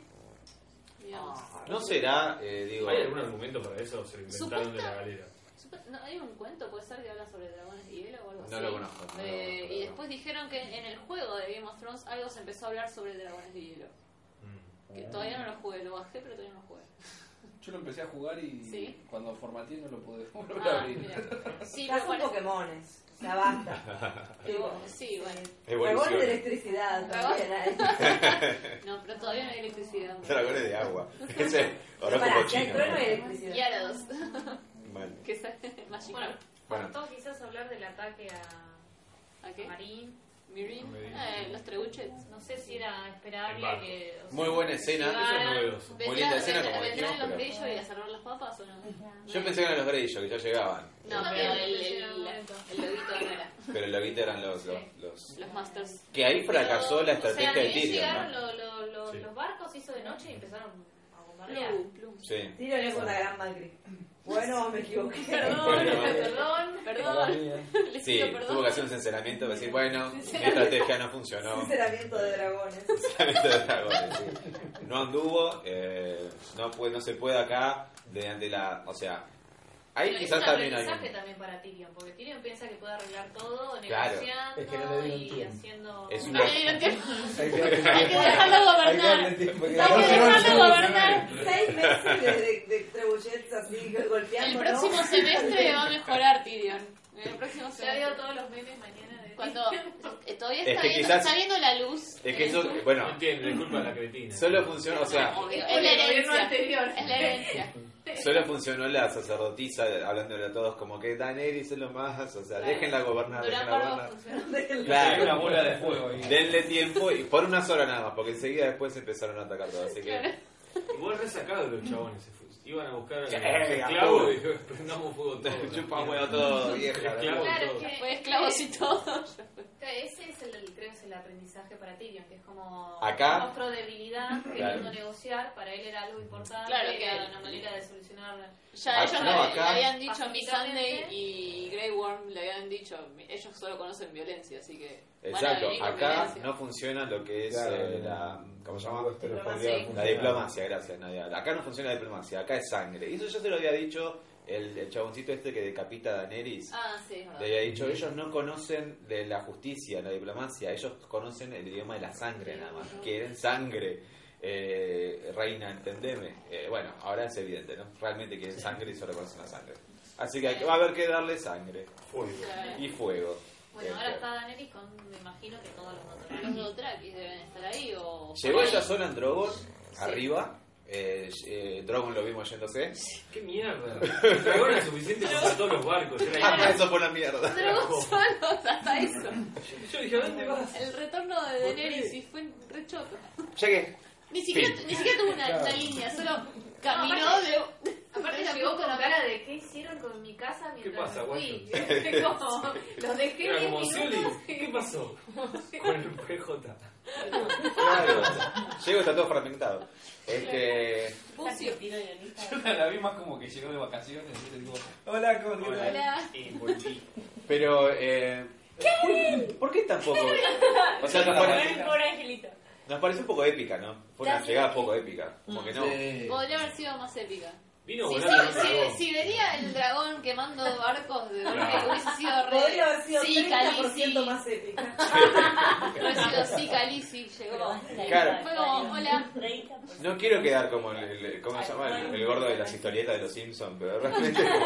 Digamos. No será, digo. ¿Hay algún argumento para eso? ¿Se lo inventaron de la galera? No, hay un cuento, puede ser, que habla sobre dragones de hielo o algo así. No lo conozco, no lo conozco. Y después dijeron que en el juego de Game of Thrones algo se empezó a hablar sobre dragones de hielo. Que todavía no lo jugué, lo bajé, pero todavía no lo jugué. Yo lo empecé a jugar y Sí. cuando formateé no lo pude volver a Ah, abrir. mira. Sí, Ya pero son parece- Pokémones. O sea, basta. Sí, bueno. Dragones de electricidad también hay. No, pero todavía no hay electricidad. Dragones de agua. Ese Pero horóscopo pará, ya chino. entró no hay ¿no? electricidad. Y ahora dos. Vale. Que es Magic Bueno, Arm. Bueno. faltó quizás hablar del ataque ¿A qué? a Marín. Mirin. Los trebuchets. No sé si era En esperable barco. que... o sea, Muy buena escena. Eso es novedoso. Muy linda escena, como ¿Vendrán dijimos, los pero- grillos y a cerrar las papas o no? Yo pensé que eran los Greyjoy, que ya llegaban. No, Yo pero también el pensé en algún momento. loguito no era. Pero el loguito eran los. Los Masters. Que ahí fracasó la O sea, estrategia de ahí Tyrion, llegaron ¿no? Sí. los barcos, hizo de noche y empezaron a bombardear. Plum. Sí. Tyrion es una gran Macri. Bueno, me equivoqué. Perdón, Bueno. Perdón. Les Sí, pido tuvo que perdón. hacer un sinceramiento para decir, bueno, mi estrategia no funcionó. Sinceramiento de dragones. Sinceramiento de dragones, sí. No anduvo, no se puede acá, mediante la. O sea, ahí Pero quizás es un también hay. aprendizaje también para Tyrion, porque Tyrion piensa que puede arreglar todo Claro. negociando Es que no le dieron y tiempo. haciendo... Es No le dieron tiempo. Hay que darle Hay que tiempo. dejarlo Hay que gobernar. darle tiempo. Hay que dejarlo gobernar. 6 meses de trebuchets así golpeando. El próximo semestre va a mejorar Tyrion. El próximo Ya semestre. veo todos los memes mañana de Cuando todavía Es está, que viendo, quizás- está viendo la luz. Es que eso, bueno, No entiendo, disculpa la cretina. solo funcionó, o sea, Obvio, Es es por la el gobierno herencia. anterior. Es la herencia. solo funcionó la sacerdotisa hablándole a todos como que Daenerys es lo más, o sea, Claro. déjenla gobernar, Durán déjenla Barba gobernar. funcionó. Claro. Una bola de fuego ahí. Denle tiempo y por una sola nada más, porque enseguida después empezaron a atacar todo, así Claro. que Igual resacado los chabones. Iban a buscar Sí, al a esclavo full. y dijo, prendamos fuego todo. chupa huevo todo, vieja. Esclavo Claro, todo. que- Fue esclavos y todo. Ese es creo que es el aprendizaje para Tyrion, que es como Acá. mostró debilidad queriendo negociar, para él era algo importante, Claro, que era una manera de solucionar. Ya ellos le acá. habían dicho a Miss Pacíficamente. Sunday y Grey Worm le habían dicho, ellos solo conocen violencia, así que van a Exacto, venir con acá violencia. no funciona lo que es Claro, la... ¿Cómo se llama? Diplomacia. La diplomacia, gracias Nadia. Acá no funciona la diplomacia, acá es sangre. Y eso ya se lo había dicho el chaboncito este que decapita a Daenerys. Ah, sí, es verdad. Le había dicho, ellos no conocen de la justicia, la diplomacia, ellos conocen el idioma de la sangre nada más. Quieren sangre. Reina, entendeme. Bueno, ahora es evidente, ¿no? Realmente quieren sangre y solo conocen la sangre. Así que va a haber que darle sangre. Fuego. Y fuego. Bueno, ahora está Daenerys con, me imagino que todos los Dothraki. Los Dothrakis deben estar ahí o... Llegó ella sola en Drogon, arriba. Drogon lo vimos yéndose. ¡Qué mierda! El dragón es suficiente para todos los barcos. Eso fue una mierda. Drogon solos, hasta eso. Yo dije, ¿a dónde vas? El retorno de Daenerys y fue re choto. Llegué. Ni siquiera tuvo una línea, solo caminó aparte- de... Aparte llegó con cara de ¿qué hicieron con mi casa mientras pasa, me fui? guacho? Como, los dejé Era 10 como Zully. minutos. ¿Qué pasó? Con el PJ. Claro. Llego, está todo fragmentado. Bucio. Yo la vi más como que llegó de vacaciones y digo, hola, ¿cómo te va? Hola. Y volví. Pero, ¿por qué tampoco? O sea, Pobre Angelito. nos pareció un poco épica, ¿no? Fue una llegada poco épica. Como que no. Podría haber sido más épica. Vino Sí, volando un sí, dragón. si venía el dragón quemando barcos de golpe, hubiese sido re... Podría haber sido Sí, 30% más épica. Hubiese sido sí, Khaleesi llegó. Claro. Fue como, hola. No quiero quedar como ¿cómo se llama? El gordo de las historietas de los Simpsons, pero realmente como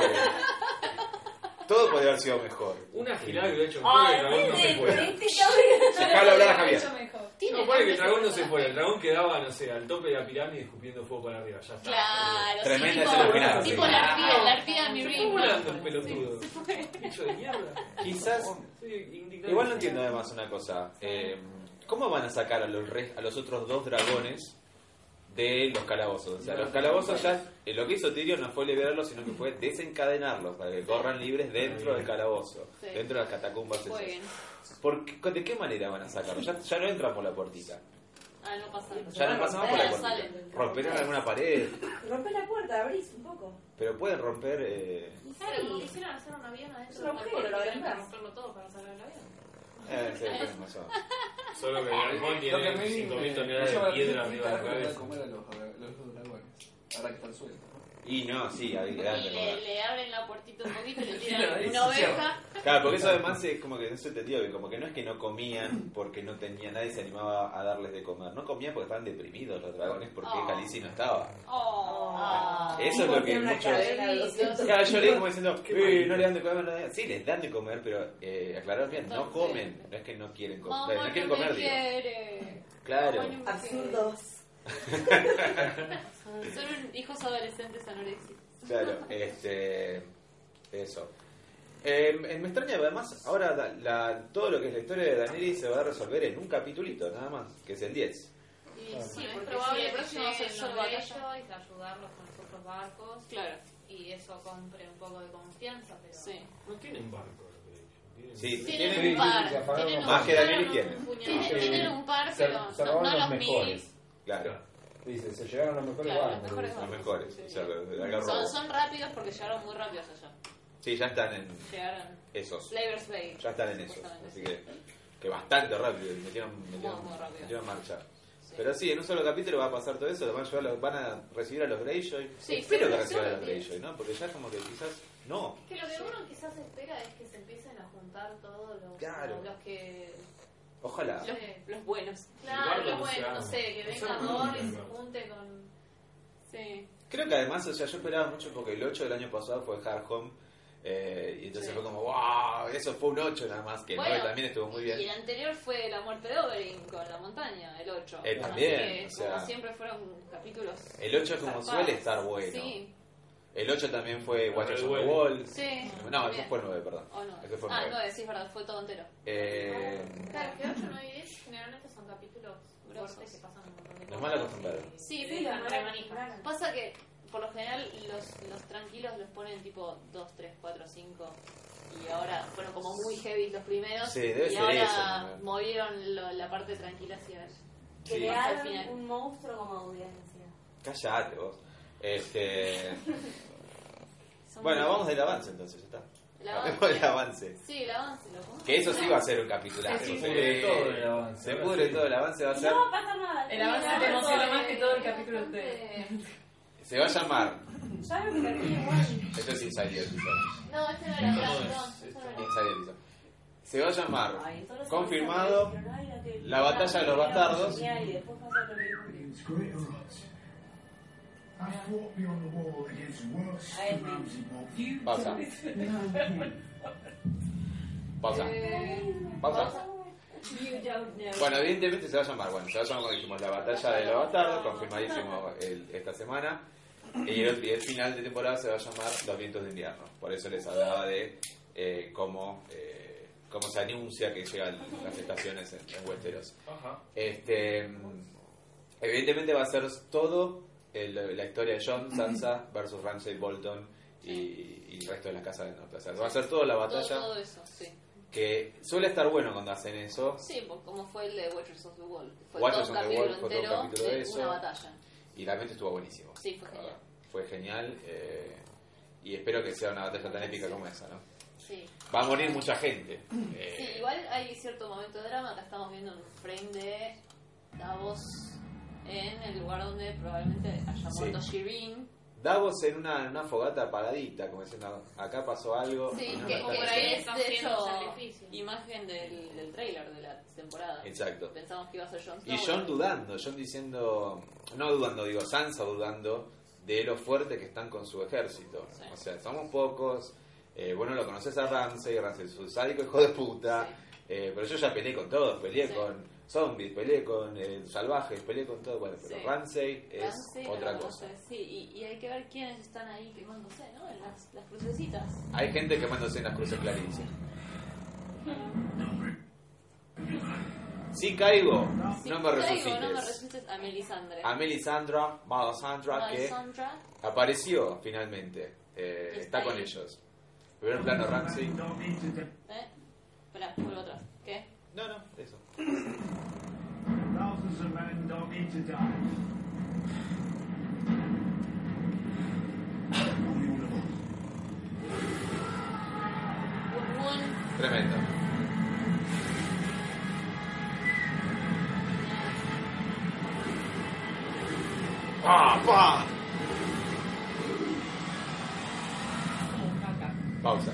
que todo podría haber sido mejor. Una gilada que lo ha hecho en Ah, fuego, el dragón no se fue. Dejalo hablar a Javier. No, pone que el dragón no se fue, el dragón quedaba, no sé, al tope de la pirámide escupiendo fuego para arriba, ya está. Claro, Tremenda sí, escena final. tipo la arpía de Se Meereen. fue volando el pelotudo. Bicho de mierda. Quizás. Estoy indignado. Igual no entiendo además una cosa. ¿Cómo van a sacar a los otros dos dragones de los calabozos? O sea, los calabozos ya... lo que hizo Tyrion no fue liberarlos, sino que fue desencadenarlos para que corran libres dentro del calabozo, Sí. dentro de las catacumbas esas. Jueguen. ¿De qué manera van a sacarlos? Ya no entran por la puertita. Ah, no pasa nada. Ya no pasan más por la puertita. Salen. Romperán alguna pared, Rompe la puerta, abrís un poco. pero pueden romper... Claro, como quisieron hacer un avión adentro Es un del agujero, barco, lo tuvieron que agrandás. romperlo todo para sacar el avión. sí, tenés razón. Solo que el dragón Lo que tiene me 5.000 toneladas de piedra arriba de la cabeza. comer a los dragones, ahora que están sueltos. Y no, sí, ahí Y grande. le abren la puertita un poquito y le tiran Ahí una se oveja. Claro, porque eso además es como que no se entendió, que como que no es que no comían porque no tenía nadie se animaba a darles de comer, no comían porque estaban deprimidos los dragones porque Oh. Khaleesi no estaba. Oh. Eso es lo que Tiene una muchos... cadena de 200. Claro, yo leí como diciendo, no le dan de comer, no le dan... Sí, les dan de comer, pero aclarar bien, no comen, no es que no quieren comer, Mamá, no que quieren me comer, digo. quiere. Claro. Mamá, no me Absurdos. quiere. Son hijos adolescentes anoréxicos. Claro, eso. Me extraña, además, ahora todo lo que es la historia de Daenerys se va a resolver en un capitulito, nada más, que es el 10. Y sí, Es porque probable si el que próximo va a ser lleguen solo los batalla. bellos y ayudarlos con los otros barcos. Claro. Y eso compre un poco de confianza, pero... Sí. No tienen barco, lo que he dicho. Sí, Tienen tienen un par. se apagaron Tienen los- más un que par. Daenerys tienen. Tienen un par, Se- pero se no robaron los los mil. mejores. Claro, Dice, se llegaron los mejores Claro, barcos. los mejores dice. los mejores. O sea, la agarró. Son rápidos porque llegaron muy rápidos allá. Sí, ya están en Llegaron esos. Slavers Bay. Ya están en esos. Supuestamente. Así que bastante rápido. Metieron Muy rápido. metieron marcha. Pero sí, en un solo capítulo va a pasar todo eso. Van a recibir a los Greyjoy. Sí, Espero que pero reciban a los sí. Greyjoy, ¿no? Porque ya como que quizás no. Es que lo que uno quizás espera es que se empiecen a juntar todos los, Claro. los que... Ojalá. Los buenos. Claro, Eduardo los buenos, Luciano. no sé, que Eso venga no Thor me y se entiendo. junte con... Sí. Creo que además, o sea, yo esperaba mucho porque el 8 del año pasado fue Hard Home. Y entonces Sí. fue como, wow, eso fue un 8 nada más. Que el 9 también estuvo muy Y bien. el anterior fue la muerte de Oberyn con la montaña, el 8. También, Así que, o sea, como siempre fueron capítulos. El 8 como zarpados. suele estar bueno. Sí. El 8 también fue Watchers Red on the Wall. Wall. Sí. No, también. ese fue el 9, perdón. ¿O no? Ese fue el Ah, 9. 9, sí, es verdad, fue todo entero. Claro, que 8, 9 y 10 generalmente son capítulos Grosos. fuertes que pasan un montón de cosas. Nos mal acostumbraron. Sí, Sí, pero la remanija. pasa que por lo general los tranquilos los ponen tipo 2, 3, 4, 5 y ahora fueron como muy heavy los primeros Sí, debe y ser ahora eso, ¿no? movieron la parte tranquila hacia Crearon al final. un monstruo como audiencia. Cállate vos. Son Bueno, muy- vamos del avance entonces, ya está. El avance. Hablemos del avance. Sí, el avance, lo podemos Que eso sí hablar. va a ser un capitulazo. Se Se pudre todo el avance. Se pudre todo el avance, va a ser. No va a pasar nada. El avance te emociona más que todo el capítulo entero. Se va a llamar. Ya me perdí igual. Esto es Insider Episode. No, este no era No, perdón, es- eso no era. Insider Episode. Se va a llamar. Ay, solo se Confirmado. me dijeron, ay, que- La batalla de los bastardos. Genial, y después pasa lo mismo. Against greater odds. I fought beyond the wall against worse Ahí. Ramsay Bolton. Pausa. Pausa. Pausa. You don't know. Bueno, evidentemente se va a llamar. Bueno, se va a llamar, como dijimos, la batalla de los bastardos, confirmadísimo esta semana. Y el final de temporada se va a llamar Los vientos de invierno. Por eso les hablaba de cómo se anuncia que llegan las estaciones en Westeros. Ajá. Evidentemente va a ser todo la historia de Jon, Sansa versus Ramsay Bolton y el resto de la casa del norte. O sea, va a ser toda la batalla Todo eso, sí. que suele estar bueno cuando hacen eso. Sí, como fue el de Watchers of the Wall. Fue Watchers todo of un the Wall capítulo fue todo un entero capítulo de eso. una batalla. Y realmente estuvo buenísimo. Sí, fue la genial. verdad. Fue genial. Y espero que sea una batalla tan épica como esa, ¿no? Sí. Va a morir mucha gente. Sí, igual hay cierto momento de drama. Acá estamos viendo un frame de Davos en el lugar donde probablemente haya Sí. muerto Shireen. Davos en una fogata apagadita, como diciendo, acá pasó algo. Sí, y no que me está por ahí pasando. es está de haciendo hecho sacrificio. imagen del trailer de la temporada. Exacto. Pensamos que iba a ser Jon Snow. Y Jon dudando, Jon diciendo, no dudando, digo, Sansa dudando de lo fuerte que están con su ejército. Sí. O sea, somos pocos, bueno, lo conoces a Ramsay es un sádico hijo de puta, pero yo ya peleé con todos, peleé Sí. con zombies, peleé con salvajes, peleé con todo, bueno, pero Sí. Ramsay es Ramsay otra lo cosa. conoce, sí, y hay que ver quiénes están ahí quemándose, ¿no? En las crucecitas. Hay gente quemándose en las cruces clarísimas. Si caigo, Si no me caigo, resucites. no me resucites a Melisandre. A Melisandra, Melisandra, que Melisandre. apareció finalmente. Está con ellos. Primer plano Ramsay. Don't need to die. Espera, vuelvo atrás. ¿Qué? No, eso. Thousands of men don't need to die. Only one of us. Tremendo. ¡Pah! ¡Pah! Pausa.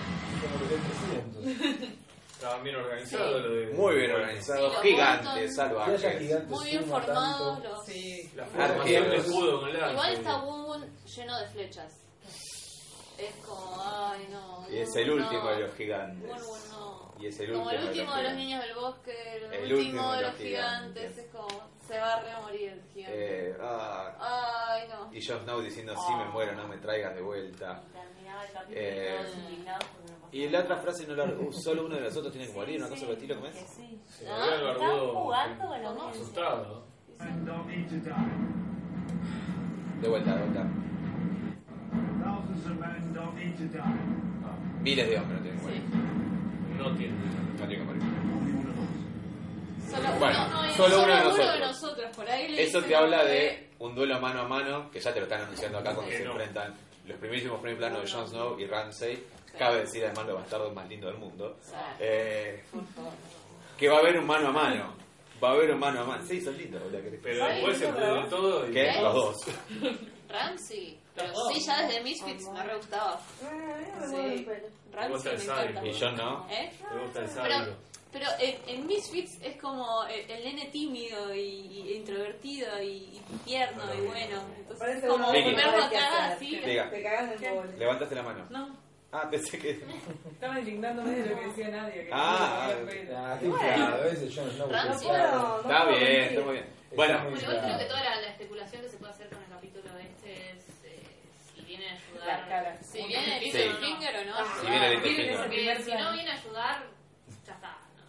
Estaba bien organizado lo de. Muy bien organizado. Sí, los Gigantes, Bolton. Que haya salvajes. gigantes Muy bien suma formados tanto. los... Sí. La formación de escudo con lanza. Igual está Woon lleno de flechas. Es como, ay no. Y es Woon, el último no. de los gigantes. Woon, no. Y es el Como el último último de los gigantes. niños del bosque, el El último de los gigantes. Es como, se va a remorir el gigante. Ay no. Y Jon Snow diciendo, si me muero, no me traigas de vuelta. Y terminaba el capítulo Eh, todos indignados porque no pasaba Y la otra frase, no la, solo uno de nosotros tiene que morir, una cosa por el estilo, ¿cómo que es? sí. Se me había Estaban barbudo jugando con la audiencia. asustado. Men don't need to die. De vuelta. Thousands of men don't need to die. Miles de hombres no tienen que morir. No tiene. No tienen que morir. Only one of us. Solo Bueno, uno, no, solo uno de uno nosotros. de nosotros. Por ahí le Eso dicen te habla como de un duelo mano a mano, que ya te lo están anunciando acá cuando Que se no. enfrentan los primerísimos primer planos de Jon Snow y Ramsay. Cabe decir además los bastardos más lindos del mundo. Por favor. Que va a haber un mano a mano. Va a haber un mano a mano. Sí, son lindos, boludo. Pero después se pudre todo y. ¿Qué? Los dos. Ramsey. Pero sí, ya desde Misfits me re gustaba. Sí. Ramsey me encanta. Y Jon no. ¿Eh? Me gusta el sádico. Pero en Misfits es como el nene tímido y introvertido y tierno y bueno. Entonces Parece como uno de que verlo no hay que acá hacer. así. Diga. Te cagas del pobre. Levantaste la mano. No, Ah, pensé que. estaba indignándome de lo que decía nadie. Que Ah, no quería Ah, qué inflado, ese Jon Snow. Ramsey. inflado. Está bien, está muy bien. Bueno, Está muy Bueno, igual creo que inflado. toda la especulación que se puede hacer con el capítulo este es si viene a ayudar. La cara. Si viene Sí. Littlefinger o no. si viene el Miren ese intestino. Porque primer si plano. no viene a ayudar, ya está. ¿no?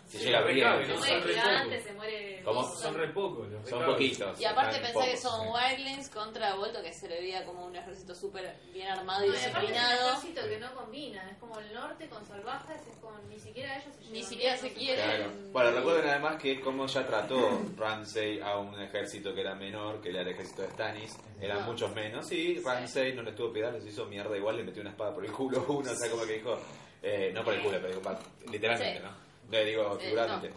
Si llega bien. Se muere gigante, se muere... ¿Cómo? Son re pocos. Son poquitos. Y aparte están pensé que pocos, son sí. wildlings contra Volto, que se le veía como un ejército súper bien armado y No, y aparte es un disciplinado. ejército que no combina, es como el norte con salvajes, es como ni siquiera ellos se llevan Ni siquiera bien, se no quieren. Claro. Bueno, recuerden además que como ya trató Ramsay a un ejército que era menor, que era el ejército de Stannis, eran muchos menos, y Ramsay no le tuvo piedad, les hizo mierda igual, le metió una espada por el culo uno, o sea, como que dijo, no por el culo, pero digo, literalmente, Sí. ¿no? Le digo figuralmente.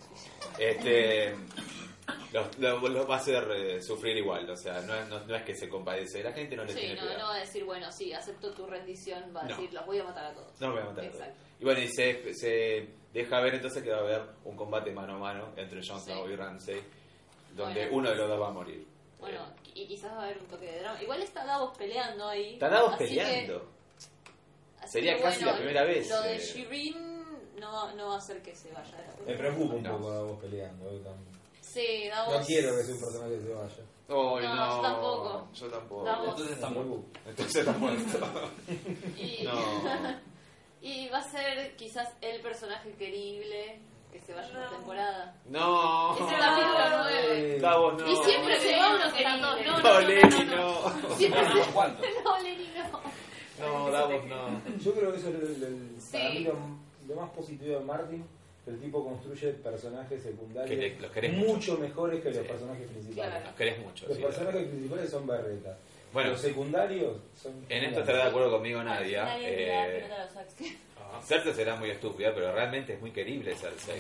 No. Los va a hacer sufrir igual, o sea, no es que se compadece, la gente no le Sí, tiene no, piedad. no va a decir, bueno, sí, acepto tu rendición, va a No. decir, los voy a matar a todos. No lo voy a matar. Exacto. Y bueno, y se deja ver entonces que va a haber un combate mano a mano entre Jon Snow Sí. y Ramsay, donde Bueno. uno de los dos va a morir. Bueno, y quizás va a haber un toque de drama. Igual está Davos peleando ahí. Está Davos así peleando. así Sería que, casi la primera vez, Lo de Shireen no va a hacer que se vaya de la Me preocupa un No. poco Davos peleando. Sí, Davos. No quiero que sea un personaje que se vaya. Oh, No, yo tampoco. Yo tampoco. Davos. Entonces está muerto. Entonces está muerto. Y, No. y va a ser quizás el personaje querible que se vaya esta temporada. No. Es el capítulo 9. Davos, no. Y siempre se va uno que No, Lenny, no. Siempre se... ¿Cuánto? No, Lenny, no. No, Davos, no. Yo creo que eso es para Sí. mí lo más positivo de Martin, que el tipo construye personajes secundarios Que los querés mucho mejores que los Sí. personajes principales. Claro. Los querés mucho. Los sí, personajes principales son berretas. Bueno. Los secundarios son... En esto estará de acuerdo conmigo Nadia. Nadie le da pelota a los Axis. Cersei será muy estúpida, pero realmente es muy querible Cersei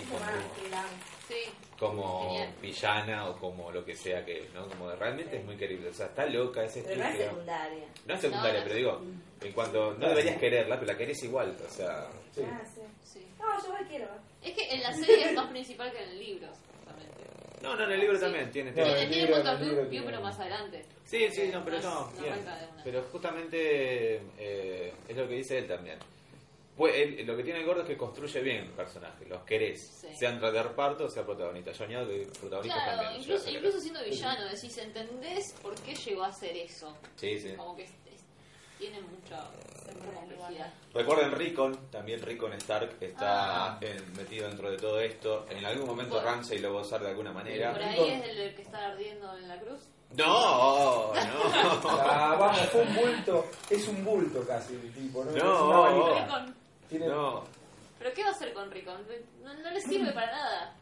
Sí. como Genial. villana o como lo que sea que, ¿no? Como realmente es muy querible. O sea, está loca, es Pero no es estúpida. secundaria. No es secundaria, No, pero digo, en cuanto no deberías quererla, pero la querés igual. O sea, Sí. Ah, sí. Sí. No, yo la quiero. Es que en la serie es más principal que en el libro, supuestamente. no, en el libro Sí. también tiene. No, tiene- Tiene libro- punto el libro view, tiene- pero más adelante. Sí, sí, no, pero no, No bien. arranca de una. Pero justamente es lo que dice él también. Pues lo que tiene el gordo es que construye bien personajes, los querés, Sí. sean de reparto o sea protagonista. Johnny Depp, de protagonista Claro, también. incluso, llega a incluso ser. siendo villano, decís, ¿entendés por qué llegó a hacer eso? Sí, sí. Como que tiene mucha complejidad. Recuerden Rickon, también Rickon Stark está metido dentro de todo esto. En algún momento Bueno. Ramsay lo va a usar de alguna manera. Por ahí es el que está ardiendo en la cruz. No, no. Ah, vamos, fue un bulto. Es un bulto casi el tipo, ¿no? No. Es una valija. Rickon. Tiene- No. ¿Pero qué va a hacer con Rickon? No le sirve para nada.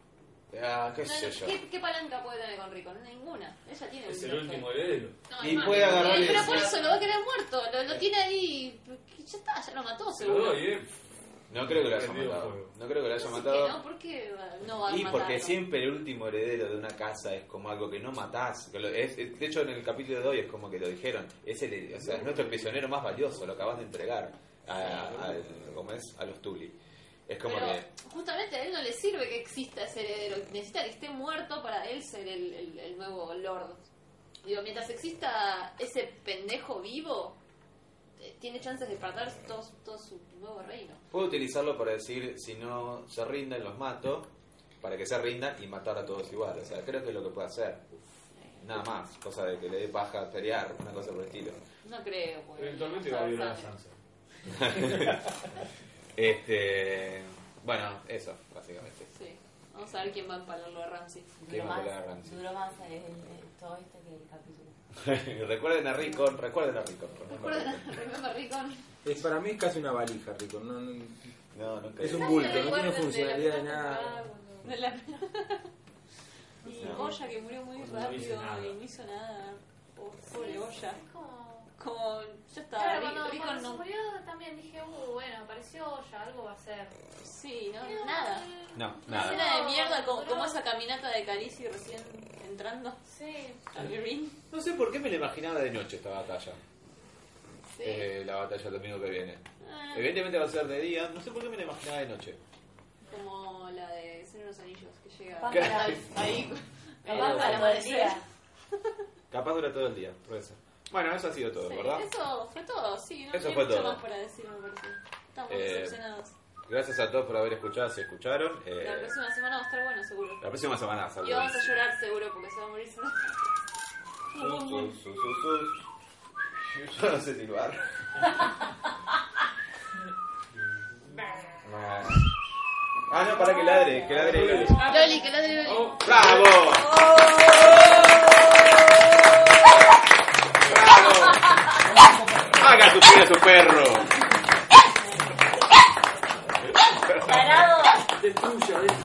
Qué sé yo. ¿Qué palanca puede tener con Rickon? Ninguna. Ella tiene Es un el último heredero. No, Y es puede más, agarrar y pero decir- por eso lo va a querer muerto. Lo tiene ahí. Ya está, ya lo mató seguro. No creo que lo haya Prendido matado. fuego. No creo que lo haya Así matado. que no, ¿por qué no va a Y matarlo? porque siempre el último heredero de una casa es como algo que no matás. De hecho, en el capítulo de hoy es como que lo dijeron. Es o sea, es nuestro prisionero más valioso, lo acabas de entregar ¿cómo es? A los Tully. Es como Pero que. justamente a él no le sirve que exista ese heredero. Necesita que esté muerto para él ser el nuevo Lord. Digo, mientras exista ese pendejo vivo, tiene chances de perder todo su nuevo reino. Puedo utilizarlo para decir: si no se rinden, los mato. Para que se rindan y matar a todos igual. O sea, creo que es lo que puede hacer. Nada más. Cosa de que le dé paja a pelear, una cosa por el estilo. No creo. Porque Eventualmente no va a sabe violar a sangre. Sansa. Bueno, eso, básicamente. Sí. Vamos a ver quién va a empalarlo a Ramsey. ¿Quién Duró va a más, pelear a Ramsay? duró más todo esto que el capítulo. Recuerden a Rickon. ¿Recuerdan a Remember Rickon? Para mí es casi una valija, Rico. No creo. Es un Casi bulto, no recuerden tiene de la funcionalidad de primera nada. temporada cuando- de la- Y Goya que murió muy Cuando no hice rápido nada. y no hizo nada. Pobre Goya. Es como... Como ya está, Claro, cuando Rickon se no. murió también dije, bueno, apareció ya, algo va a ser. Sí, no, nada. No, Una nada. escena de mierda como, Duró. como esa caminata de Khaleesi recién entrando Sí. a Meereen. No sé por qué me la imaginaba de noche esta batalla. Sí. La batalla el domingo que viene. Ah, Evidentemente va a ser de día. No sé por qué me la imaginaba de noche. como la de Señor de los Anillos que llega Capaz ahí Capaz al para el amanecer. día. Capaz dura todo el día. Puede ser. Bueno, eso ha sido todo, Sí, ¿verdad? eso fue todo, sí, no Eso hay fue mucho todo. más para decir, me parece. Estamos Eh, decepcionados. Gracias a todos por haber escuchado, si escucharon. La próxima semana va a estar bueno, seguro. La próxima semana Y saludos. vamos a llorar seguro porque se va a morir. Yo no sé silbar. Ah, no, para que ladre Loli. Loli, que ladre Loli. ¡Bravo! ¡Bravo! ¡Haga su perro! Tarado. Destruya,